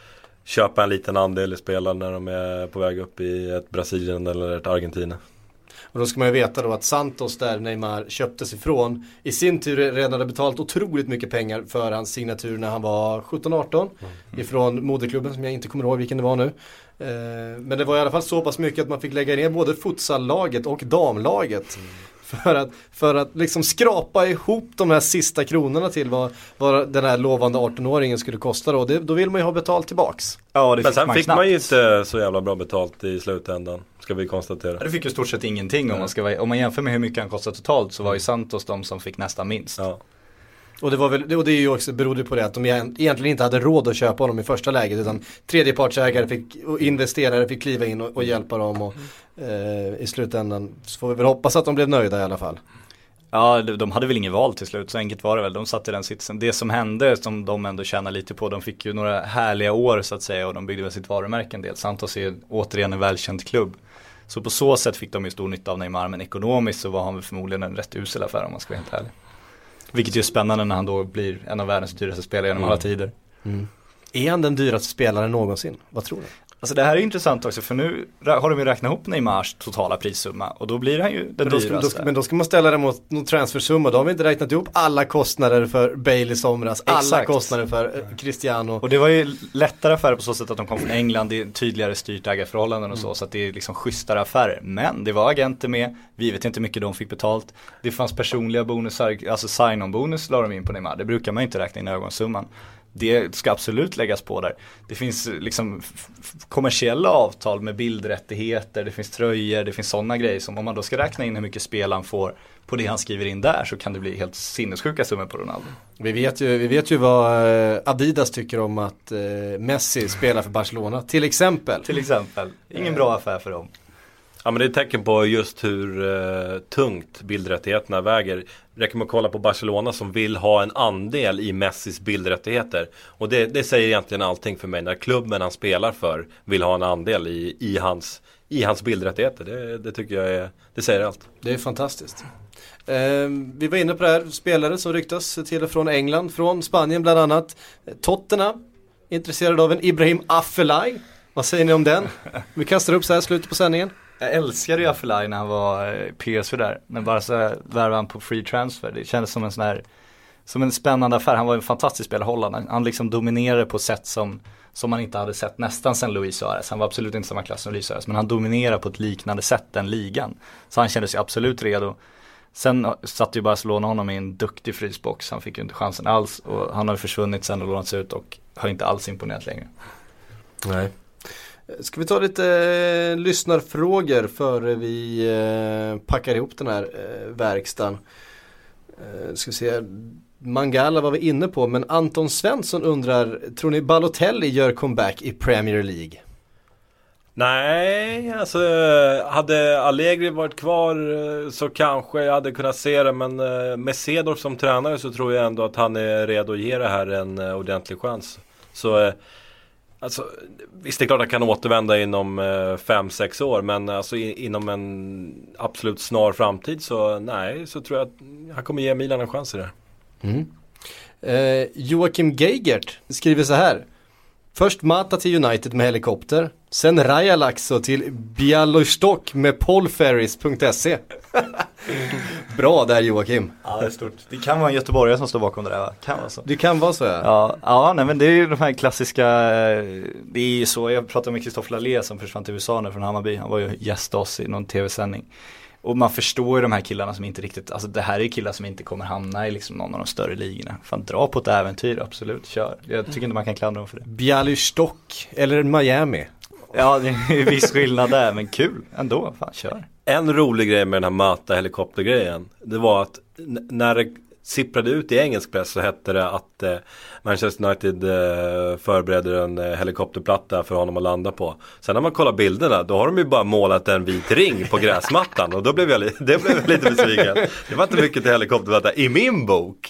köpa en liten andel i spelaren när de är på väg upp i ett Brasilien eller ett Argentina. Och då ska man ju veta då att Santos, där Neymar köptes ifrån, i sin tur redan hade betalat otroligt mycket pengar för hans signatur när han var sjutton arton mm. ifrån moderklubben som jag inte kommer ihåg vilken det var nu. Eh, men det var i alla fall så pass mycket att man fick lägga ner både futsallaget och damlaget. Mm. För att, för att liksom skrapa ihop de här sista kronorna till vad, vad den här lovande arton-åringen skulle kosta då. Det, då vill man ju ha betalt tillbaks. Ja, det men fick sen man fick knappt. man ju inte så jävla bra betalt i slutändan, ska vi konstatera. Ja, det fick ju stort sett ingenting om man, ska vara, om man jämför med hur mycket han kostar totalt, så var ju Santos de som fick nästan minst. Ja. Och det, var väl, och det är ju också berodde på det att de egentligen inte hade råd att köpa honom i första läget, utan tredjepartsägare fick, och investerare fick kliva in och, och hjälpa dem och, eh, i slutändan så får vi väl hoppas att de blev nöjda i alla fall. Ja, de hade väl ingen val till slut, så enkelt var det väl. De satt i den sitsen. Det som hände, som de ändå tjänar lite på, de fick ju några härliga år så att säga, och de byggde väl sitt varumärke en del. Santos är återigen en välkänd klubb. Så på så sätt fick de ju stor nytta av Neymar, men ekonomiskt så var han väl förmodligen en rätt usel affär om man ska vara helt ärlig. Vilket är spännande när han då blir en av världens dyraste spelare genom mm. alla tider. Mm. Är han den dyraste spelaren någonsin? Vad tror du? Alltså det här är intressant också, för nu har de ju räknat ihop Neymars totala prissumma och då blir han ju den men då, dyraste. Ska, då, men då ska man ställa det mot någon transfersumma. Då har vi inte räknat ihop alla kostnader för Bale i somras, Exakt. alla kostnader för eh, Cristiano. Och det var ju lättare affärer på så sätt att de kom från England, det är tydligare styrt ägarförhållanden och så, mm. så att det är liksom schysstare affärer. Men det var agenter med, vi vet inte hur mycket de fick betalt. Det fanns personliga bonusar, alltså sign-on bonus la de in på Neymar. Det brukar man inte räkna in i ögonsumman. det ska absolut läggas på där. Det finns liksom f- f- kommersiella avtal med bildrättigheter, det finns tröjor, det finns sådana grejer som om man då ska räkna in hur mycket spel han får på det han skriver in där, så kan det bli helt sinnessjuka summor på Ronaldo. Vi vet ju, vi vet ju vad Adidas tycker om att eh, Messi spelar för Barcelona, till exempel. Till exempel, ingen bra affär för dem. Ja, men det är ett tecken på just hur uh, tungt bildrättigheterna väger. Räcker med att kolla på Barcelona som vill ha en andel i Messis bildrättigheter. Och det, det säger egentligen allting för mig. När klubben han spelar för vill ha en andel i, i, hans, i hans bildrättigheter. Det, det tycker jag är, det säger allt. Det är fantastiskt. Eh, vi var inne på det här, spelare som ryktas till och från England, från Spanien bland annat. Tottenham, intresserad av en Ibrahim Afellay. Vad säger ni om den? Vi kastar upp så här slutet på sändningen. Jag älskade ju Afellay när han var P S V där. Men bara så värvade han på free transfer. Det kändes som en sån här, som en spännande affär. Han var en fantastisk spelare i Holland. Han liksom dominerade på sätt som, som man inte hade sett nästan sen Luis Suarez. Han var absolut inte samma klass som Luis Suarez. Men han dominerade på ett liknande sätt den ligan. Så han kände sig absolut redo. Sen satt ju Barcelona honom i en duktig frysbox. Han fick ju inte chansen alls. Och han har försvunnit sen och lånats ut och har inte alls imponerat längre. Nej. Ska vi ta lite eh, lyssnarfrågor före vi eh, packar ihop den här eh, verkstaden. Eh, ska vi se, Mangala var vi inne på, men Anton Svensson undrar, tror ni Balotelli gör comeback i Premier League? Nej, alltså hade Allegri varit kvar så kanske jag hade kunnat se det, men med Cedorf som tränare så tror jag ändå att han är redo att ge det här en ordentlig chans. Så alltså, visst det är klart att han kan återvända inom fem sex år, men alltså inom en absolut snar framtid så nej, så tror jag att han kommer ge Milan en chans i det. Mm. Eh, Joakim Geigert skriver så här: först Mata till United med helikopter, sen Rajalaxo till Bialystok med polferries punkt se. Bra där Joakim. Ja, det är stort. Det kan vara en göteborgare som står bakom det där, va? Kan vara så. Det kan vara så, ja. Ja, ja nej, men det är ju de här klassiska, det är ju så, jag pratade med Christophe Lalé som försvann till U S A nu från Hammarby. Han var ju gäst oss i någon tv-sändning. Och man förstår ju de här killarna som inte riktigt, alltså det här är killar som inte kommer hamna i liksom någon av de större ligorna. Fan, dra på ett äventyr, absolut, kör. Jag tycker inte man kan klandra dem för det. Bialystok eller Miami. Ja, det är viss skillnad där, men kul ändå, fan, kör. En rolig grej med den här Mata-helikoptergrejen, det var att n- när det sipprade ut i engelsk press så hette det att eh, Manchester United eh, förbereder en eh, helikopterplatta för honom att landa på. Sen när man kollar bilderna, då har de ju bara målat en vit ring på gräsmattan och då blev jag, li- det blev jag lite besviken. Det var inte mycket till helikopterplatta i min bok.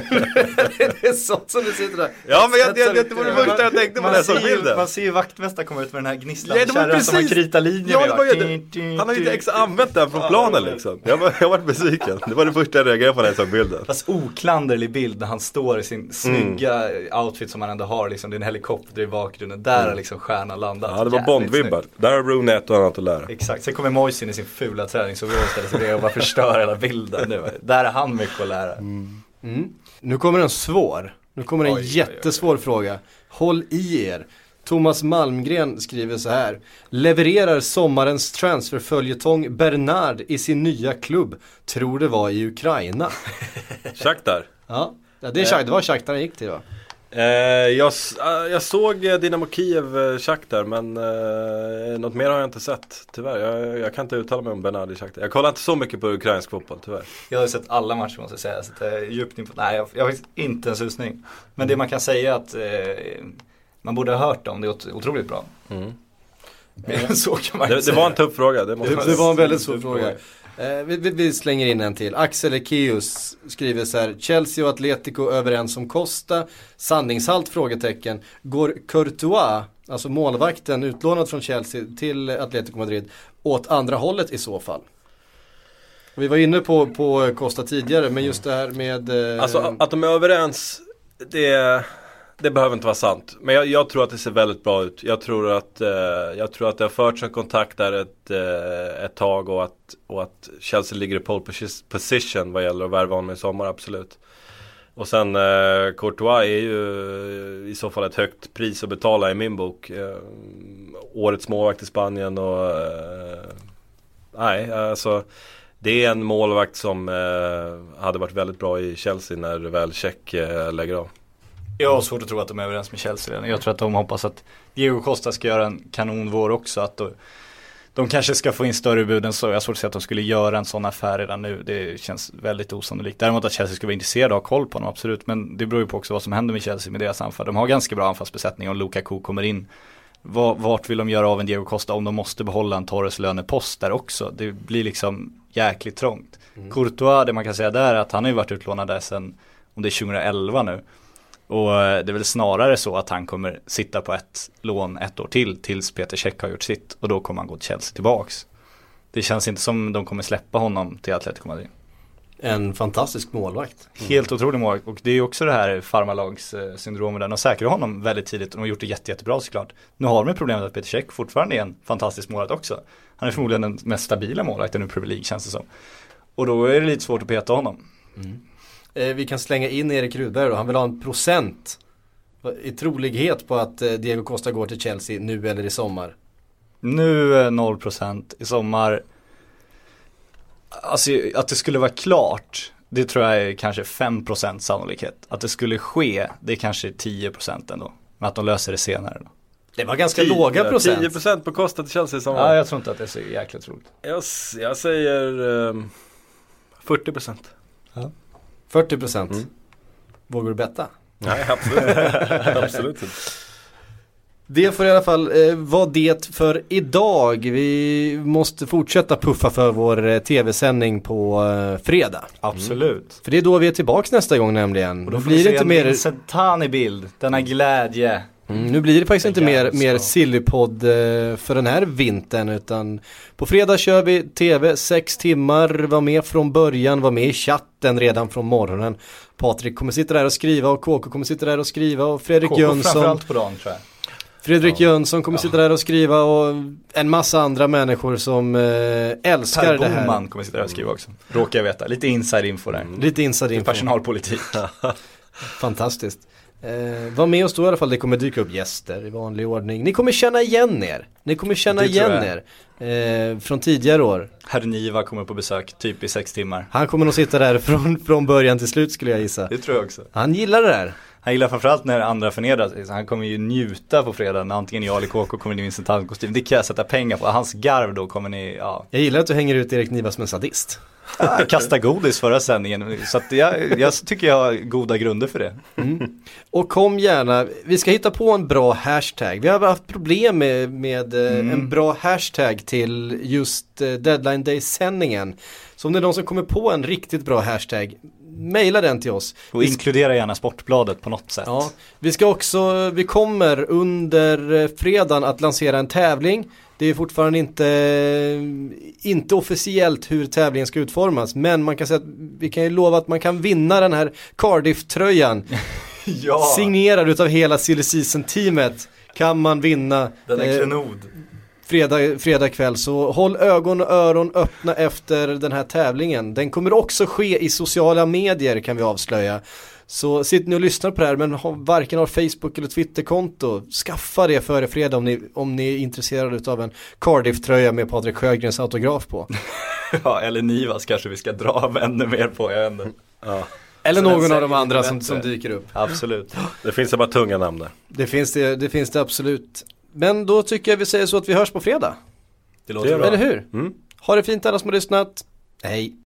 Det är sånt som du sitter där. Ja, men jag, jag, jag, det var det första jag tänkte på när jag såg bilden. Man ser ju vaktmästaren komma ut med den här gnisslande Ja, det var kärran som man precis. kritar linjer Ja, med. det var ju, han har ju inte ex använt den från planen liksom. Jag var, jag var besviken. Det var det första jag reagerade på när jag såg bilden. Fast oklanderlig bild när han står i sin snygga mm. outfit som han ändå har liksom. Det är en helikopter i bakgrunden. Där mm. har liksom stjärnan landat. Ja, det var Bond-vibbar. Där har Rooney ett och annat att lära. Exakt, sen kommer Moise in i sin fula träningsoverall och ställer sig bredvid och bara förstör hela bilden nu. Där är han mycket att lära. Mm. Mm. Nu kommer en svår. Nu kommer en oj, jättesvår oj, oj. fråga. Håll i er. Thomas Malmgren skriver så här: levererar sommarens transferföljetong Bernard i sin nya klubb. Tror det var i Ukraina. Shakhtar. Ja, det, är Shakhtar, det var Shakhtar han gick till, va? Eh, jag, jag såg Dynamo Kiev Shakhtar, men eh, något mer har jag inte sett, tyvärr. Jag, jag kan inte uttala mig om Bernard i Shakhtar. Jag kollar inte så mycket på ukrainsk fotboll, tyvärr. Jag har sett alla matcher, måste jag säga, så det är djupt inför. Nej, jag, jag har inte en susning. Men det man kan säga att eh, man borde ha hört om, det är otroligt bra. Mm. Så kan man det, det var en tuff fråga. Det, det, det var en väldigt svår fråga. Eh, vi, vi, vi slänger in en till. Axel Ekeus skriver så här: Chelsea och Atletico överens om Costa. Sanningshalt? Frågetecken. Går Courtois, alltså målvakten utlånad från Chelsea till Atletico Madrid, åt andra hållet i så fall? Vi var inne på, på Costa tidigare, men just det här med eh... alltså att de är överens, det Det behöver inte vara sant. Men jag, jag tror att det ser väldigt bra ut. Jag tror att, eh, jag tror att det har förts en kontakt där ett, eh, ett tag. Och att, och att Chelsea ligger i pole position vad gäller att värva honom i sommar, absolut. Och sen eh, Courtois är ju i så fall ett högt pris att betala i min bok. Eh, årets målvakt i Spanien. Och eh, nej, alltså det är en målvakt som eh, hade varit väldigt bra i Chelsea när väl Check eh, lägger av. Jag har svårt att tro att de är överens med Chelsea redan. Jag tror att de hoppas att Diego Costa ska göra en kanonvår också. Att då, de kanske ska få in större bud än så. Jag har svårt att säga att de skulle göra en sån affär redan nu. Det känns väldigt osannolikt. Däremot att Chelsea skulle vara intresserade och ha koll på dem, absolut. Men det beror ju på också vad som händer med Chelsea med deras anfall. De har ganska bra anfallsbesättning om Lukaku kommer in. Vart vill de göra av en Diego Costa om de måste behålla en Torres lönepost där också? Det blir liksom jäkligt trångt. Mm. Courtois, det man kan säga där är att han har ju varit utlånad där sedan, om det är tjugoelva nu. Och det är väl snarare så att han kommer sitta på ett lån ett år till tills Peter Cech har gjort sitt. Och då kommer han gå till Chelsea tillbaks. Det känns inte som de kommer släppa honom till Atletico Madrid. En fantastisk målvakt. Mm. Helt otrolig målvakt. Och det är ju också det här farmalagssyndromet där de säkrar honom väldigt tidigt. Och de har gjort det jätte, jättebra såklart. Nu har de problemet att Peter Cech fortfarande är en fantastisk målvakt också. Han är förmodligen den mest stabila målvakten i Premier League, känns det som. Och då är det lite svårt att peta honom. Mm. Eh, vi kan slänga in Erik Rudberg då. Han vill ha en procent i trolighet på att eh, Diego Costa går till Chelsea nu eller i sommar. Nu är noll procent i sommar. Alltså att det skulle vara klart, det tror jag är kanske fem procent sannolikhet. Att det skulle ske, det är kanske tio procent ändå. Men att de löser det senare då. Det var ganska tio, låga procent. tio procent på Costa till Chelsea i sommar. Ja, jag tror inte att det är så jäkla troligt. Jag, jag säger um, fyrtio procent. Ja. fyrtio procent. Mm. Vågar du betta? Nej, absolut. Absolut inte. Det får i alla fall eh, vara det för idag. Vi måste fortsätta puffa för vår eh, tv-sändning på eh, fredag. Absolut. Mm. För det är då vi är tillbaka nästa gång nämligen. Och då, då blir det inte mer Vincent Tan i bild, denna glädje. Mm, nu blir det faktiskt inte mer, mer Sillypodd eh, för den här vintern, utan på fredag kör vi tv sex timmar, var med från början, var med i chatten redan från morgonen. Patrik kommer sitta där och skriva och K K kommer sitta där och skriva och Fredrik K K Jönsson framförallt på dagen, tror jag. Fredrik ja. Jönsson kommer ja. sitta där och skriva och en massa andra människor som eh, älskar Per det här. Per Boman kommer sitta där och skriva också. Råkar jag veta. Lite inside info där. Mm. Lite inside info. Personalpolitik. Fantastiskt. Eh, var med oss då i alla fall, det kommer dyka upp gäster i vanlig ordning. Ni kommer känna igen er. Ni kommer känna igen er eh, från tidigare år. Herr Niva kommer på besök typ i sex timmar. Han kommer nog sitta där från, från början till slut, skulle jag gissa. Det tror jag också. Han gillar det där. Han gillar framförallt när andra förnedras. Han kommer ju njuta på fredag när antingen jag eller K K kommer in i Vincent Tan-kostym. Det kan jag sätta pengar på. Hans garv då kommer ni, ja. Jag gillar att du hänger ut Erik Niva som en sadist. Ja, kasta godis förra sändningen. Så att jag, jag tycker jag har goda grunder för det. Mm. Och kom gärna, vi ska hitta på en bra hashtag. Vi har haft problem med, med mm. en bra hashtag till just Deadline Day-sändningen. Så om det är någon som kommer på en riktigt bra hashtag, mejla den till oss. Och inkludera gärna Sportbladet på något sätt. Ja, vi ska också, vi kommer under fredagen att lansera en tävling. Det är fortfarande inte, inte officiellt hur tävlingen ska utformas, men man kan säga att vi kan ju lova att man kan vinna den här Cardiff-tröjan. Ja. Signerad utav hela Silly Season-teamet kan man vinna. Den är klenod. Fredag, fredag kväll, så håll ögon och öron öppna efter den här tävlingen. Den kommer också ske i sociala medier, kan vi avslöja. Så sitt ni och lyssnar på det här, men ha, varken har Facebook eller Twitterkonto. Skaffa det före fredag om ni, om ni är intresserade av en Cardiff-tröja med Patrik Sjögrens autograf på. Ja, eller Nivas kanske vi ska dra av ännu mer på. Jag vet ja. Eller så någon av de andra som, som dyker upp. Absolut. Det finns bara tunga namn där. Det finns det, det finns det absolut. Men då tycker jag vi säger så att vi hörs på fredag. Det låter bra. Eller hur? Mm. Ha det fint alla som har lyssnat. Hej.